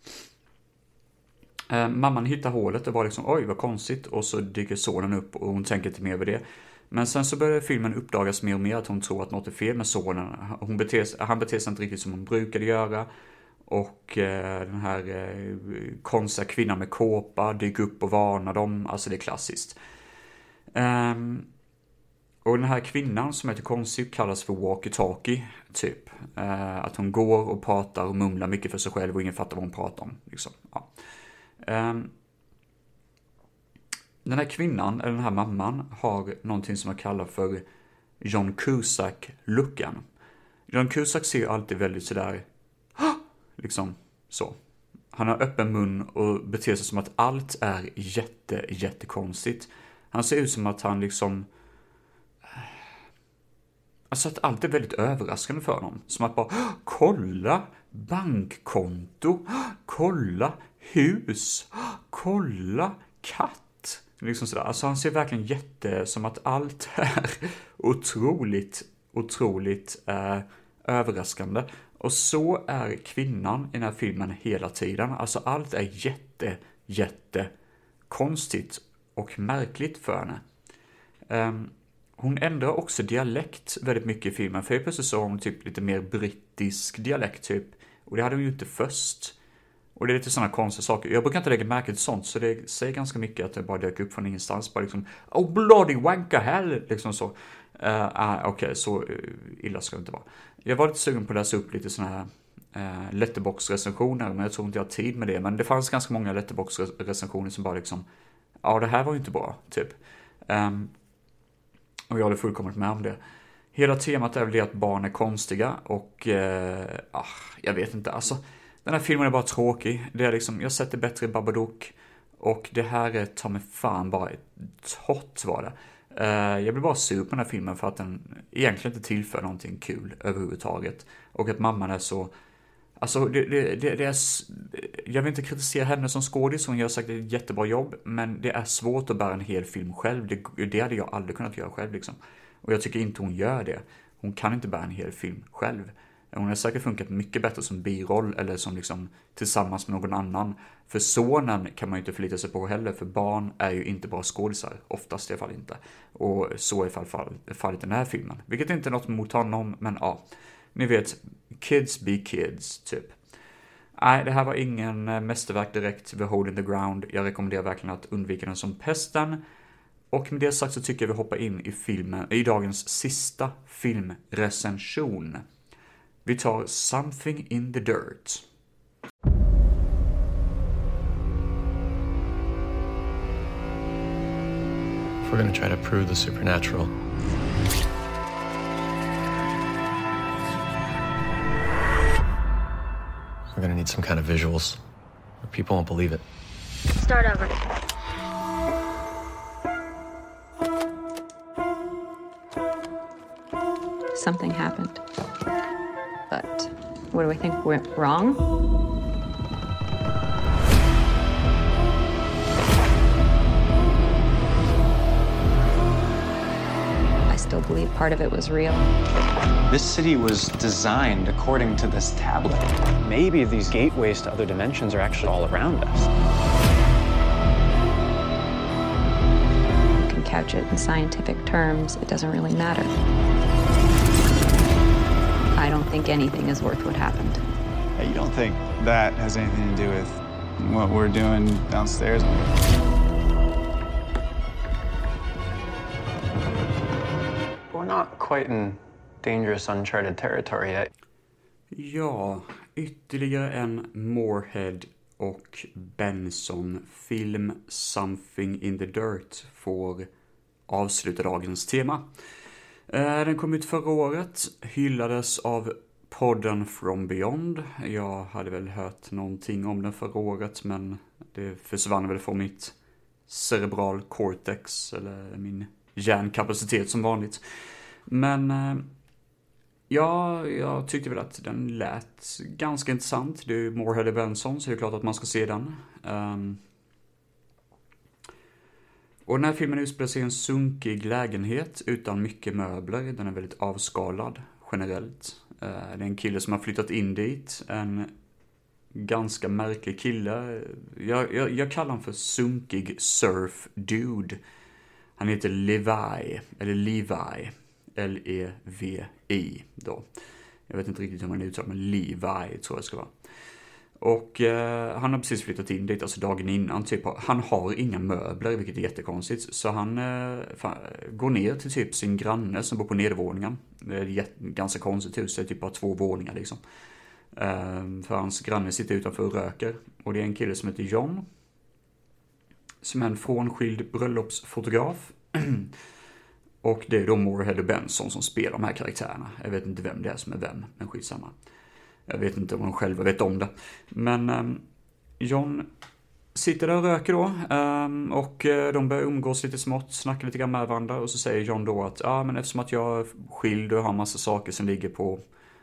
Uh, mamman hittar hålet och var liksom, oj vad konstigt, och så dyker sonen upp och hon tänker inte mer över det. Men sen så börjar filmen uppdagas mer och mer att hon tror att något är fel med sonen. Hon beter, han beter sig inte riktigt som hon brukade göra. Och eh, den här eh, konstiga kvinnan med kåpa dyker upp och varnar dem. Alltså det är klassiskt. Um, och den här kvinnan som heter konstig kallas för walkie-talkie typ. Uh, att hon går och pratar och mumlar mycket för sig själv och ingen fattar vad hon pratar om. Liksom. Ja. Um, den här kvinnan, eller den här mamman, har någonting som jag kallar för John Cusack-looken. John Cusack ser ju alltid väldigt sådär... Liksom så. Han har öppen mun och beter sig som att allt är jätte, jättekonstigt. Han ser ut som att han liksom... Alltså att allt är väldigt överraskande för honom. Som att bara, kolla bankkonto, kolla hus, kolla katt. Liksom sådär. Alltså han ser verkligen jätte, som att allt är otroligt, otroligt eh, överraskande. Och så är kvinnan i den här filmen hela tiden. Alltså allt är jätte, jätte konstigt och märkligt för henne. Um, hon ändrar också dialekt väldigt mycket i filmen. För plötsligt så har hon typ lite mer brittisk dialekt typ. Och det hade hon ju inte först. Och det är lite sådana konstiga saker. Jag brukar inte lägga märke till sånt. Så det säger ganska mycket att det bara dök upp från ingenstans. Bara liksom, oh bloody wanka hell. Liksom så. Uh, uh, Okej, okay, så uh, illa ska det inte vara. Jag var lite sugen på att läsa upp lite såna här uh, Letterboxd-recensioner. Men jag tror inte jag har tid med det. Men det fanns ganska många Letterboxd-recensioner som bara liksom, ja det här var ju inte bra, typ. Um, och jag håller fullkomligt med om det. Hela temat är väl det att barn är konstiga. Och uh, ah, jag vet inte, alltså den här filmen är bara tråkig. Det är liksom, jag sätter bättre i Babadook. Och det här är ta mig fan bara hot var det. Uh, jag blir bara sur på den här filmen för att den egentligen inte tillför någonting kul överhuvudtaget. Och att mamman är så... Alltså det, det, det, det är... jag vill inte kritisera henne som skådis, hon gör säkert ett jättebra jobb, men det är svårt att bära en hel film själv. Det, det hade jag aldrig kunnat göra själv liksom. Och jag tycker inte hon gör det. Hon kan inte bära en hel film själv. Hon har säkert funkat mycket bättre som biroll eller som liksom tillsammans med någon annan. För sonen kan man ju inte förlita sig på heller, för barn är ju inte bara skådisar, oftast i alla fall inte. Och så är i alla fall fallet i den här filmen. Vilket inte är något mot honom, men ja, ni vet, kids be kids, typ. Nej, det här var ingen mästerverk direkt, The Hole in the Ground. Jag rekommenderar verkligen att undvika den som pesten. Och med det sagt så tycker jag vi hoppar in i filmen, i dagens sista filmrecension. Vi tar Something in the Dirt. If we're gonna try to prove the supernatural, we're gonna need some kind of visuals, or people won't believe it. Start over. Something happened. But what do we think went wrong? I still believe part of it was real. This city was designed according to this tablet. Maybe these gateways to other dimensions are actually all around us. You can couch it in scientific terms. It doesn't really matter. I don't think anything is worth what happened. Hey, you don't think that has anything to do with what we're doing downstairs? We're not quite in dangerous uncharted territory yet. Ja, ytterligare en Moorhead och Benson-film, Something in the Dirt, får avsluta dagens tema. Den kom ut förra året, hyllades av podden From Beyond. Jag hade väl hört någonting om den förra året, men det försvann väl från mitt cerebral cortex, eller min hjärnkapacitet som vanligt. Men ja, jag tyckte väl att den lät ganska intressant. Det är ju Moorhead och Benson, så det är klart att man ska se den. Um, Och den här filmen utspelar sig i en sunkig lägenhet utan mycket möbler. Den är väldigt avskalad generellt. Det är en kille som har flyttat in dit. En ganska märklig kille. Jag, jag, jag kallar honom för sunkig surf dude. Han heter Levi. Eller Levi. L E V I då. Jag vet inte riktigt hur man uttalar, men Levi tror jag ska vara. Och eh, han har precis flyttat in dit, alltså dagen innan typ. Han har inga möbler, vilket är jättekonstigt. Så han eh, fan, går ner till typ sin granne som bor på nedervåningen. Det är ett ganska konstigt hus, det är typ bara två våningar liksom. eh, För hans granne sitter utanför och röker. Och det är en kille som heter John, som är en frånskild bröllopsfotograf. Och det är då Moorhead och Benson som spelar de här karaktärerna. Jag vet inte vem det är som är vem, men skitsamma. Jag vet inte om de själva vet om det. Men um, John sitter där och röker då. Um, och uh, de börjar umgås lite smått. Snackar lite grann med varandra. Och så säger John då att ja, ah, men eftersom att jag är skild och har massa saker som ligger på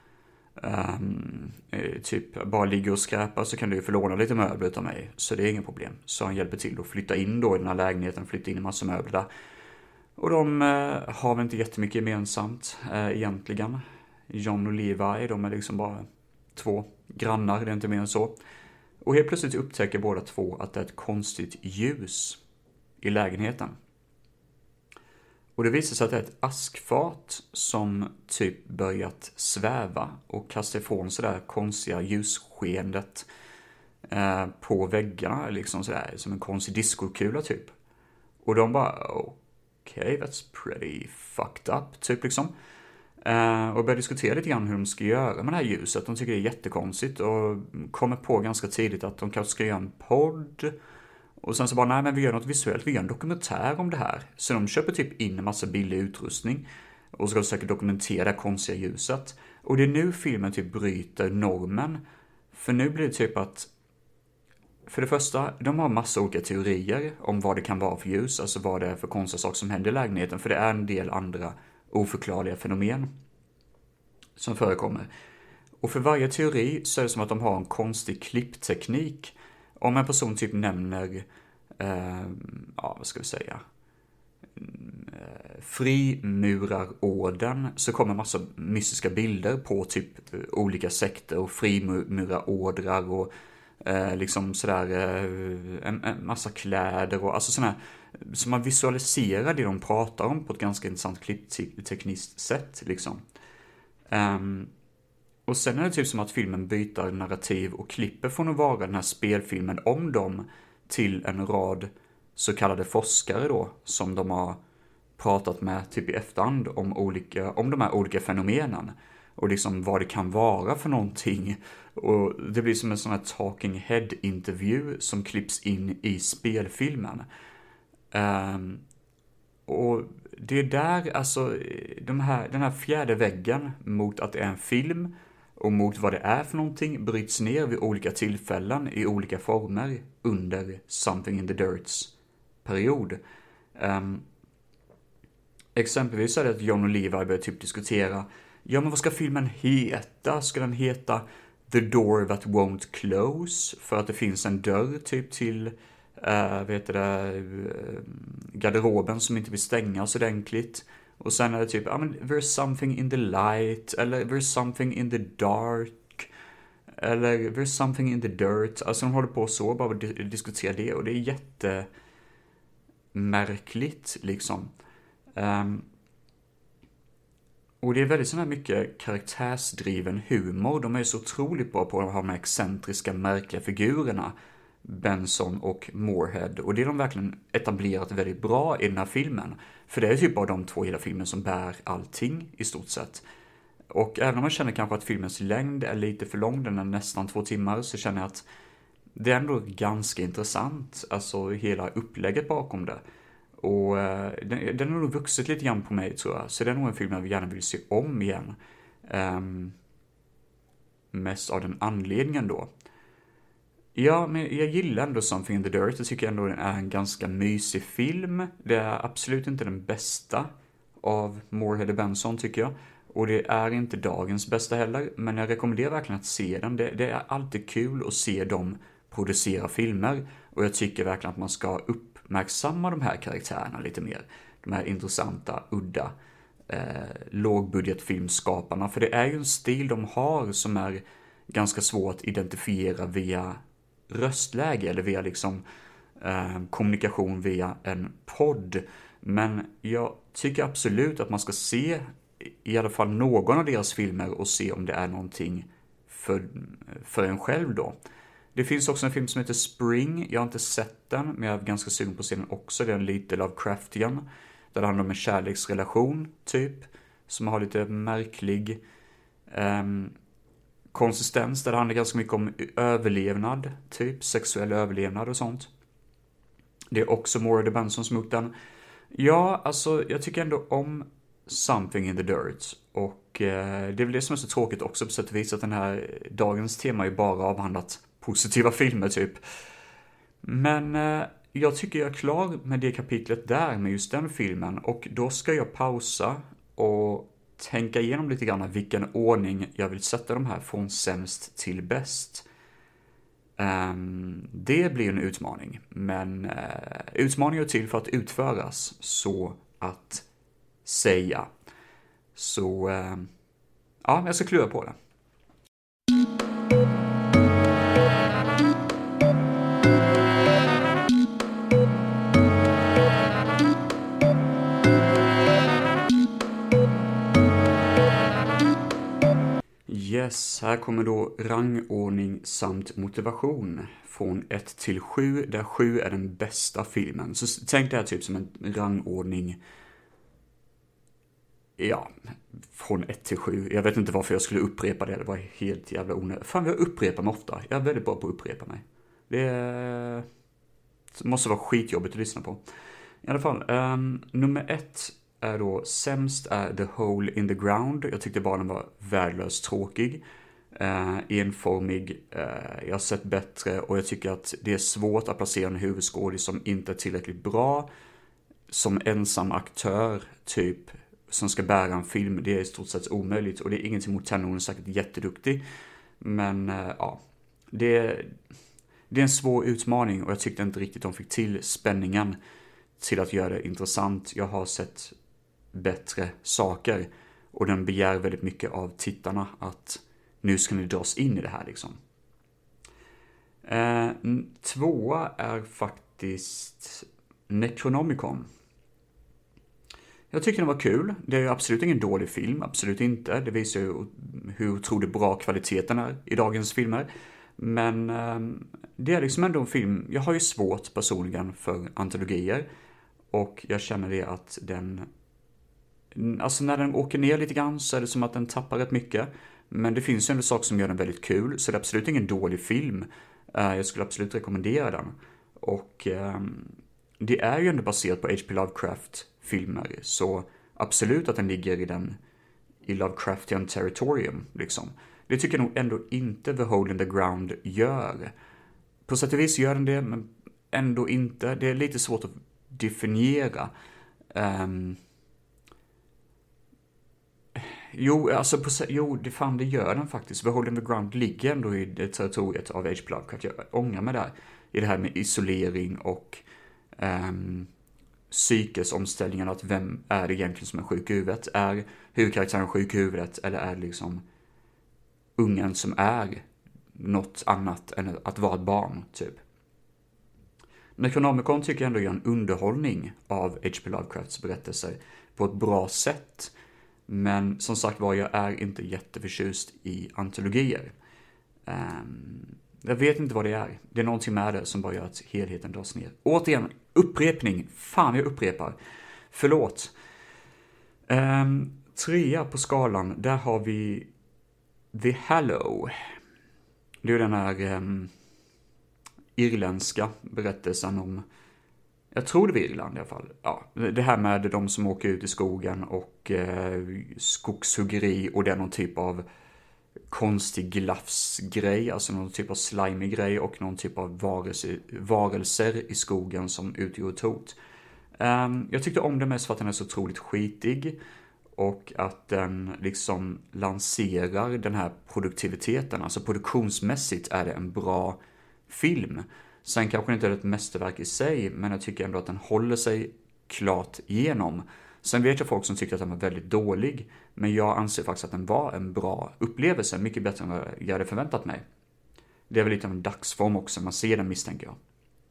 um, typ bara ligger och skräpar, så kan du ju förlåna lite möbler utav mig. Så det är inget problem. Så han hjälper till att flytta in då i den här lägenheten. Flytta in en massa möbler där. Och de uh, har väl inte jättemycket gemensamt uh, egentligen. John och Levi, de är liksom bara två grannar, det är inte mer än så. Och helt plötsligt upptäcker båda två att det är ett konstigt ljus i lägenheten. Och det visar sig att det är ett askfat som typ börjat sväva och kasta ifrån sig det där konstiga ljusskenet eh, på väggarna, liksom sådär, som en konstig diskokula typ. Och de bara, okej, okay, that's pretty fucked up, typ liksom. Uh, och börjar diskutera lite grann hur de ska göra med det här ljuset. De tycker det är jättekonstigt och kommer på ganska tidigt att de kanske ska göra en podd. Och sen så bara, nej men vi gör något visuellt, vi gör en dokumentär om det här. Så de köper typ in en massa billig utrustning och ska försöka dokumentera det konstiga ljuset. Och det är nu filmen typ bryter normen. För nu blir det typ att, för det första, de har massa olika teorier om vad det kan vara för ljus. Alltså vad det är för konstiga saker som händer i lägenheten. För det är en del andra oförklarliga fenomen som förekommer. Och för varje teori så är det som att de har en konstig klippteknik. Om en person typ nämner, eh, ja vad ska vi säga, frimurarorden, så kommer massa mystiska bilder på typ olika sekter och frimurarordrar och eh, liksom sådär eh, en, en massa kläder och alltså sådär, så man visualiserar det de pratar om på ett ganska intressant klipptekniskt sätt liksom. Um, och sen är det typ som att filmen byter narrativ och klipper från att vara den här spelfilmen om dem till en rad så kallade forskare då, som de har pratat med typ i efterhand om, olika, om de här olika fenomenen och liksom vad det kan vara för någonting. Och det blir som en sån här talking head-intervju som klipps in i spelfilmen. Um, och det är där, alltså de här, den här fjärde väggen mot att det är en film och mot vad det är för någonting bryts ner vid olika tillfällen i olika former under Something in the Dirts period. Um, exempelvis är det att John och Levi börjar typ diskutera, ja men vad ska filmen heta? Ska den heta The Door That Won't Close? För att det finns en dörr typ till uh, vet du det, uh, garderoben som inte vill stängas ordentligt. Och sen är det typ, ja men there's something in the light, eller there's something in the dark, eller there's something in the dirt. Alltså de håller på så, bara diskutera det, och det är jättemärkligt liksom. Um, och det är väldigt sån här mycket karaktärsdriven humor. De är så otroligt bra på att ha de här excentriska, märkliga figurerna, Benson och Moorhead. Och det är de verkligen etablerat väldigt bra i den här filmen. För det är typ bara de två i hela filmen som bär allting i stort sett. Och även om man känner kanske att filmens längd är lite för lång, den är nästan två timmar, så känner jag att det är ändå ganska intressant. Alltså hela upplägget bakom det. Och uh, den, den har nog vuxit lite grann på mig, tror jag. Så det är nog en film jag gärna vill se om igen. Um, mest av den anledningen då. Ja, men jag gillar ändå Something in the Dirt. Jag tycker ändå den är en ganska mysig film. Det är absolut inte den bästa av Moorhead och Benson, tycker jag. Och det är inte dagens bästa heller. Men jag rekommenderar verkligen att se den. Det, det är alltid kul att se dem producera filmer. Och jag tycker verkligen att man ska uppmärksamma de här karaktärerna lite mer. De här intressanta, udda, eh, lågbudgetfilmskaparna. För det är ju en stil de har som är ganska svårt att identifiera via röstläge eller via liksom eh, kommunikation via en podd. Men jag tycker absolut att man ska se i alla fall någon av deras filmer och se om det är någonting för, för en själv då. Det finns också en film som heter Spring. Jag har inte sett den, men jag är ganska sugen på att se den också. Det är en lite Lovecraftian, där det handlar om en kärleksrelation typ, som har lite märklig eh, konsistens, där det handlar ganska mycket om överlevnad, typ sexuell överlevnad och sånt. Det är också Moorhead och Benson som gjort den. Ja, alltså jag tycker ändå om Something in the Dirt, och eh, det är väl det som är så tråkigt också på sätt och vis, att den här dagens tema är bara avhandlat positiva filmer typ. Men eh, jag tycker jag är klar med det kapitlet där, med just den filmen, och då ska jag pausa och tänka igenom lite grann vilken ordning jag vill sätta de här från sämst till bäst. Um, det blir en utmaning, men uh, utmaningar är till för att utföras, så att säga. Så uh, ja, jag ska klura på det. Yes, här kommer då rangordning samt motivation från ett till sju, där sju är den bästa filmen. Så tänk det här typ som en rangordning, ja, från ett till sju. Jag vet inte varför jag skulle upprepa det, det var helt jävla onödigt. Fan, jag upprepar mig ofta. Jag är väldigt bra på att upprepa mig. Det, är... det måste vara skitjobbigt att lyssna på. I alla fall, um, nummer ett är då sämst är The Hole in the Ground. Jag tyckte bara den var värdelöst tråkig. Uh, enformig. Uh, jag har sett bättre, och jag tycker att det är svårt att placera en huvudskådis som inte är tillräckligt bra som ensam aktör typ, som ska bära en film, det är i stort sett omöjligt. Och det är ingenting mot henne, hon är säkert jätteduktig. Men uh, ja, det, det är en svår utmaning och jag tyckte inte riktigt de fick till spänningen till att göra det intressant. Jag har sett bättre saker och den begär väldigt mycket av tittarna att nu ska ni dras in i det här liksom. Eh, tvåa är faktiskt Necronomicon. Jag tycker den var kul. Det är ju absolut ingen dålig film, absolut inte. Det visar ju hur otroligt bra kvaliteten är i dagens filmer. Men eh, det är liksom ändå en film, jag har ju svårt personligen för antologier. Och jag känner det att den, alltså när den åker ner lite grann så är det som att den tappar rätt mycket. Men det finns ju ändå saker som gör den väldigt kul, så det är absolut ingen dålig film. Jag skulle absolut rekommendera den. Och det är ju ändå baserat på H P Lovecraft-filmer, så absolut att den ligger i den i Lovecraftian territorium liksom. Det tycker jag nog ändå inte The Hole in the Ground gör. På sätt och vis gör den det, men ändå inte. Det är lite svårt att definiera. Um, jo, alltså på, jo, det fan det gör den faktiskt. The Hole in the Ground ligger ändå i det territoriet av H P Lovecraft. Jag ångrar mig där i det här med isolering och um, psykesomställningen, att vem är det egentligen som är sjuk i huvudet? Är huvudkaraktären sjuk i huvudet eller är det liksom ungen som är något annat än att vara ett barn typ? Necronomicon tycker jag ändå gör en underhållning av H P Lovecrafts berättelser på ett bra sätt. Men som sagt var, jag är inte jätteförtjust i antologier. Um, jag vet inte vad det är. Det är någonting med det som bara gör att helheten dras ner. Återigen, upprepning. Fan, jag upprepar. Förlåt. Um, trea på skalan, där har vi The Hallow. Det är den här um, irländska berättelsen om, jag tror det var Irland i alla fall. Ja, det här med de som åker ut i skogen och eh, skogshuggeri, och det är någon typ av konstig glafsgrej, alltså någon typ av slimy grej och någon typ av varelse, varelser i skogen som utgör ett hot. Um, jag tyckte om det mest för att den är så otroligt skitig och att den liksom lanserar den här produktiviteten. Alltså produktionsmässigt är det en bra film. Sen kanske det inte är ett mästerverk i sig, men jag tycker ändå att den håller sig klart igenom. Sen vet jag folk som tyckte att den var väldigt dålig, men jag anser faktiskt att den var en bra upplevelse, mycket bättre än vad jag hade förväntat mig. Det är väl lite av en dagsform också, man ser den misstänker jag.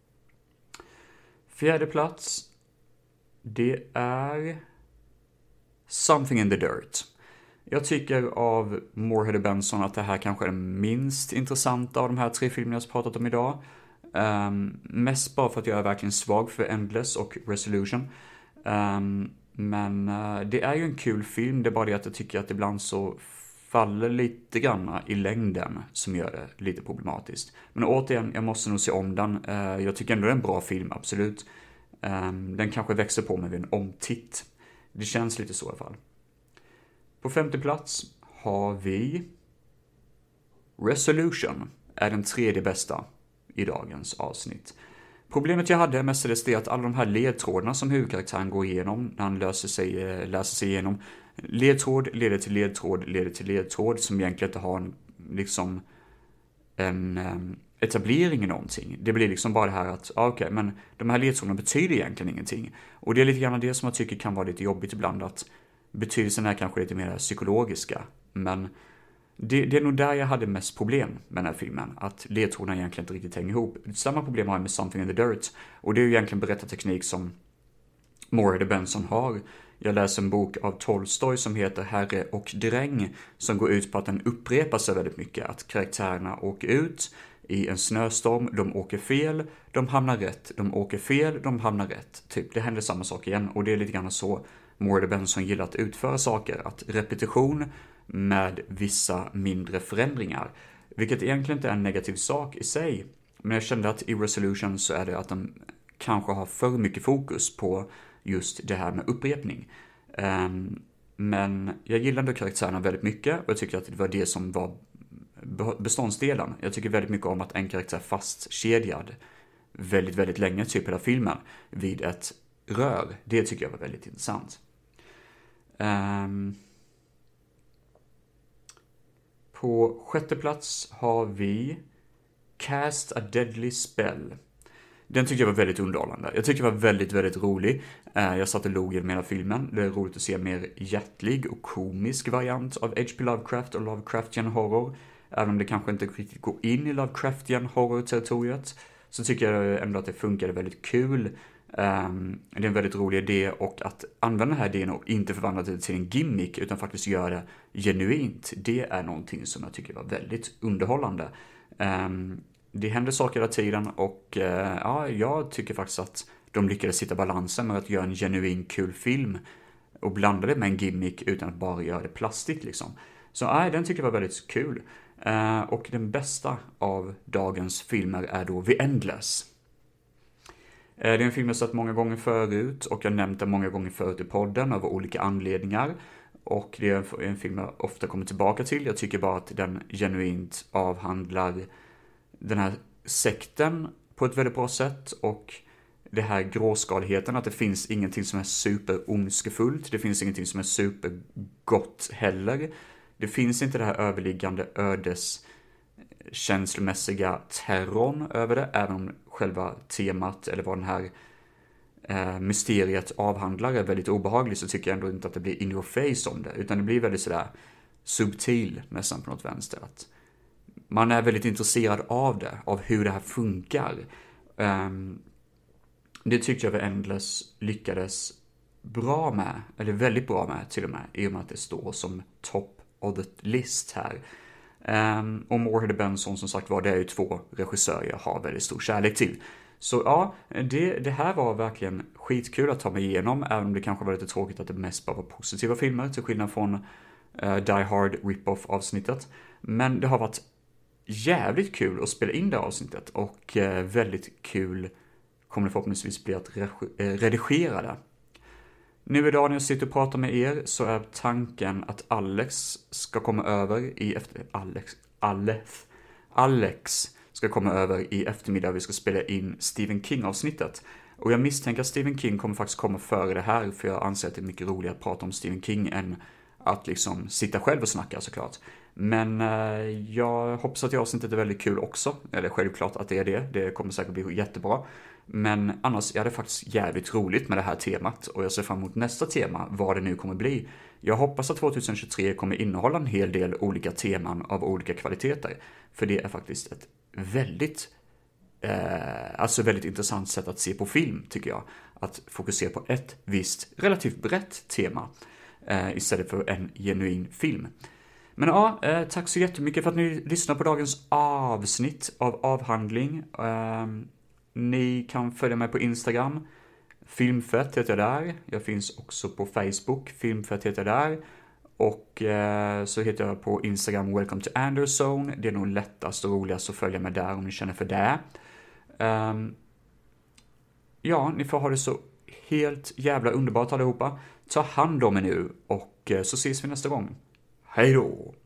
Fjärde plats, det är Something in the Dirt. Jag tycker av Moorhead och Benson att det här kanske är den minst intressanta av de här tre filmerna jag har pratat om idag. Um, mest bara för att jag är verkligen svag för Endless och Resolution. Um, men uh, det är ju en kul film, det är bara det att jag tycker att ibland så faller lite grann i längden som gör det lite problematiskt. Men återigen, jag måste nog se om den. Uh, jag tycker ändå det är en bra film, absolut. Um, den kanske växer på mig vid en omtitt. Det känns lite så i alla fall. På femte plats har vi Resolution, är den tredje bästa i dagens avsnitt. Problemet jag hade mestadels är att alla de här ledtrådarna som huvudkaraktären går igenom när han löser sig, läser sig igenom, ledtråd leder till ledtråd leder till ledtråd som egentligen inte har en, liksom en um, etablering i någonting. Det blir liksom bara det här att okej, okay, men de här ledtrådarna betyder egentligen ingenting. Och det är lite grann det som jag tycker kan vara lite jobbigt ibland, att betydelsen är kanske lite mer psykologiska, men det, det är nog där jag hade mest problem med den här filmen, att ledtrådarna egentligen inte riktigt hänger ihop. Samma problem har jag med Something in the Dirt, och det är ju egentligen berättarteknik som Moorhead och Benson har. Jag läser en bok av Tolstoj som heter Herre och dräng, som går ut på att den upprepar sig väldigt mycket, att karaktärerna åker ut i en snöstorm, de åker fel, de hamnar rätt, de åker fel, de hamnar rätt. Typ, det händer samma sak igen, och det är lite grann så Moorhead och Benson gillar att utföra saker, att repetition med vissa mindre förändringar, vilket egentligen inte är en negativ sak i sig, men jag kände att i Resolution så är det att de kanske har för mycket fokus på just det här med upprepning. Um, men jag gillar ändå karaktärerna väldigt mycket, och jag tycker att det var det som var beståndsdelen. Jag tycker väldigt mycket om att en karaktär fastkedjad väldigt, väldigt länge, typ hela filmen, vid ett rör. Det tycker jag var väldigt intressant. Um, på sjätte plats har vi Cast a Deadly Spell. Den tyckte jag var väldigt underhållande. Jag tyckte det var väldigt, väldigt rolig. Jag satt och log genom hela filmen. Det är roligt att se en mer hjärtlig och komisk variant av H P Lovecraft och Lovecraftian horror. Även om det kanske inte riktigt går in i Lovecraftian horror-territoriet, så tycker jag ändå att det funkade väldigt kul. Um, det är en väldigt rolig idé, och att använda den här idén och inte förvandla det till en gimmick utan faktiskt göra det genuint, det är någonting som jag tycker var väldigt underhållande. Um, det händer saker hela tiden, och uh, ja, jag tycker faktiskt att de lyckades hitta balansen med att göra en genuin kul film och blanda det med en gimmick utan att bara göra det plastigt liksom. Så nej, den tycker jag var väldigt kul. Uh, och den bästa av dagens filmer är då The Endless. Uh, det är en film jag sett många gånger förut, och jag nämnt den många gånger förut i podden av olika anledningar. Och det är en film jag ofta kommer tillbaka till. Jag tycker bara att den genuint avhandlar den här sekten på ett väldigt bra sätt, och det här gråskaligheten, att det finns ingenting som är superondskefullt, det finns ingenting som är supergott heller. Det finns inte det här överliggande ödes känslomässiga terrorn över det, även om själva temat eller vad den här eh, mysteriet avhandlar är väldigt obehagligt, så tycker jag ändå inte att det blir in your face om det, utan det blir väldigt sådär subtil nästan på något vänster. Att man är väldigt intresserad av det, av hur det här funkar. Um, det tyckte jag var Endless lyckades bra med, eller väldigt bra med till och med, i och med att det står som top of the list här. Um, och Moorhead och Benson, som sagt var, det är ju två regissörer jag har väldigt stor kärlek till. Så ja, det, det här var verkligen skitkul att ta mig igenom, även om det kanske var lite tråkigt att det mest bara var positiva filmer, till skillnad från uh, Die Hard Rip-Off avsnittet. Men det har varit jävligt kul att spela in det avsnittet, och uh, väldigt kul kommer det förhoppningsvis bli att redigera det. Nu idag när jag sitter och pratar med er så är tanken att Alex ska komma över i efter... Alex... Alex... Alex ska komma över i eftermiddag. Vi ska spela in Stephen King-avsnittet. Och jag misstänker att Stephen King kommer faktiskt komma före det här, för jag anser att det är mycket roligare att prata om Stephen King än att liksom sitta själv och snacka, såklart. Men eh, jag hoppas att det avsnittet är väldigt kul också. Eller självklart att det är det. Det kommer säkert bli jättebra. Men annars är det faktiskt jävligt roligt med det här temat. Och jag ser fram emot nästa tema, vad det nu kommer bli. Jag hoppas att tjugohundratjugotre kommer innehålla en hel del olika teman av olika kvaliteter. För det är faktiskt ett väldigt, eh, alltså väldigt intressant sätt att se på film, tycker jag. Att fokusera på ett visst, relativt brett tema. Eh, istället för en genuin film. Men ja, eh, tack så jättemycket för att ni lyssnar på dagens avsnitt av avhandling. Eh, ni kan följa mig på Instagram. Filmfett heter jag där. Jag finns också på Facebook. Filmfett heter jag där. Och eh, så heter jag på Instagram Welcome to Anderson. Det är nog lättast och roligast att följa mig där om ni känner för det. Eh, ja, ni får ha det så helt jävla underbart allihopa. Ta hand om er nu, och eh, så ses vi nästa gång. Hej då!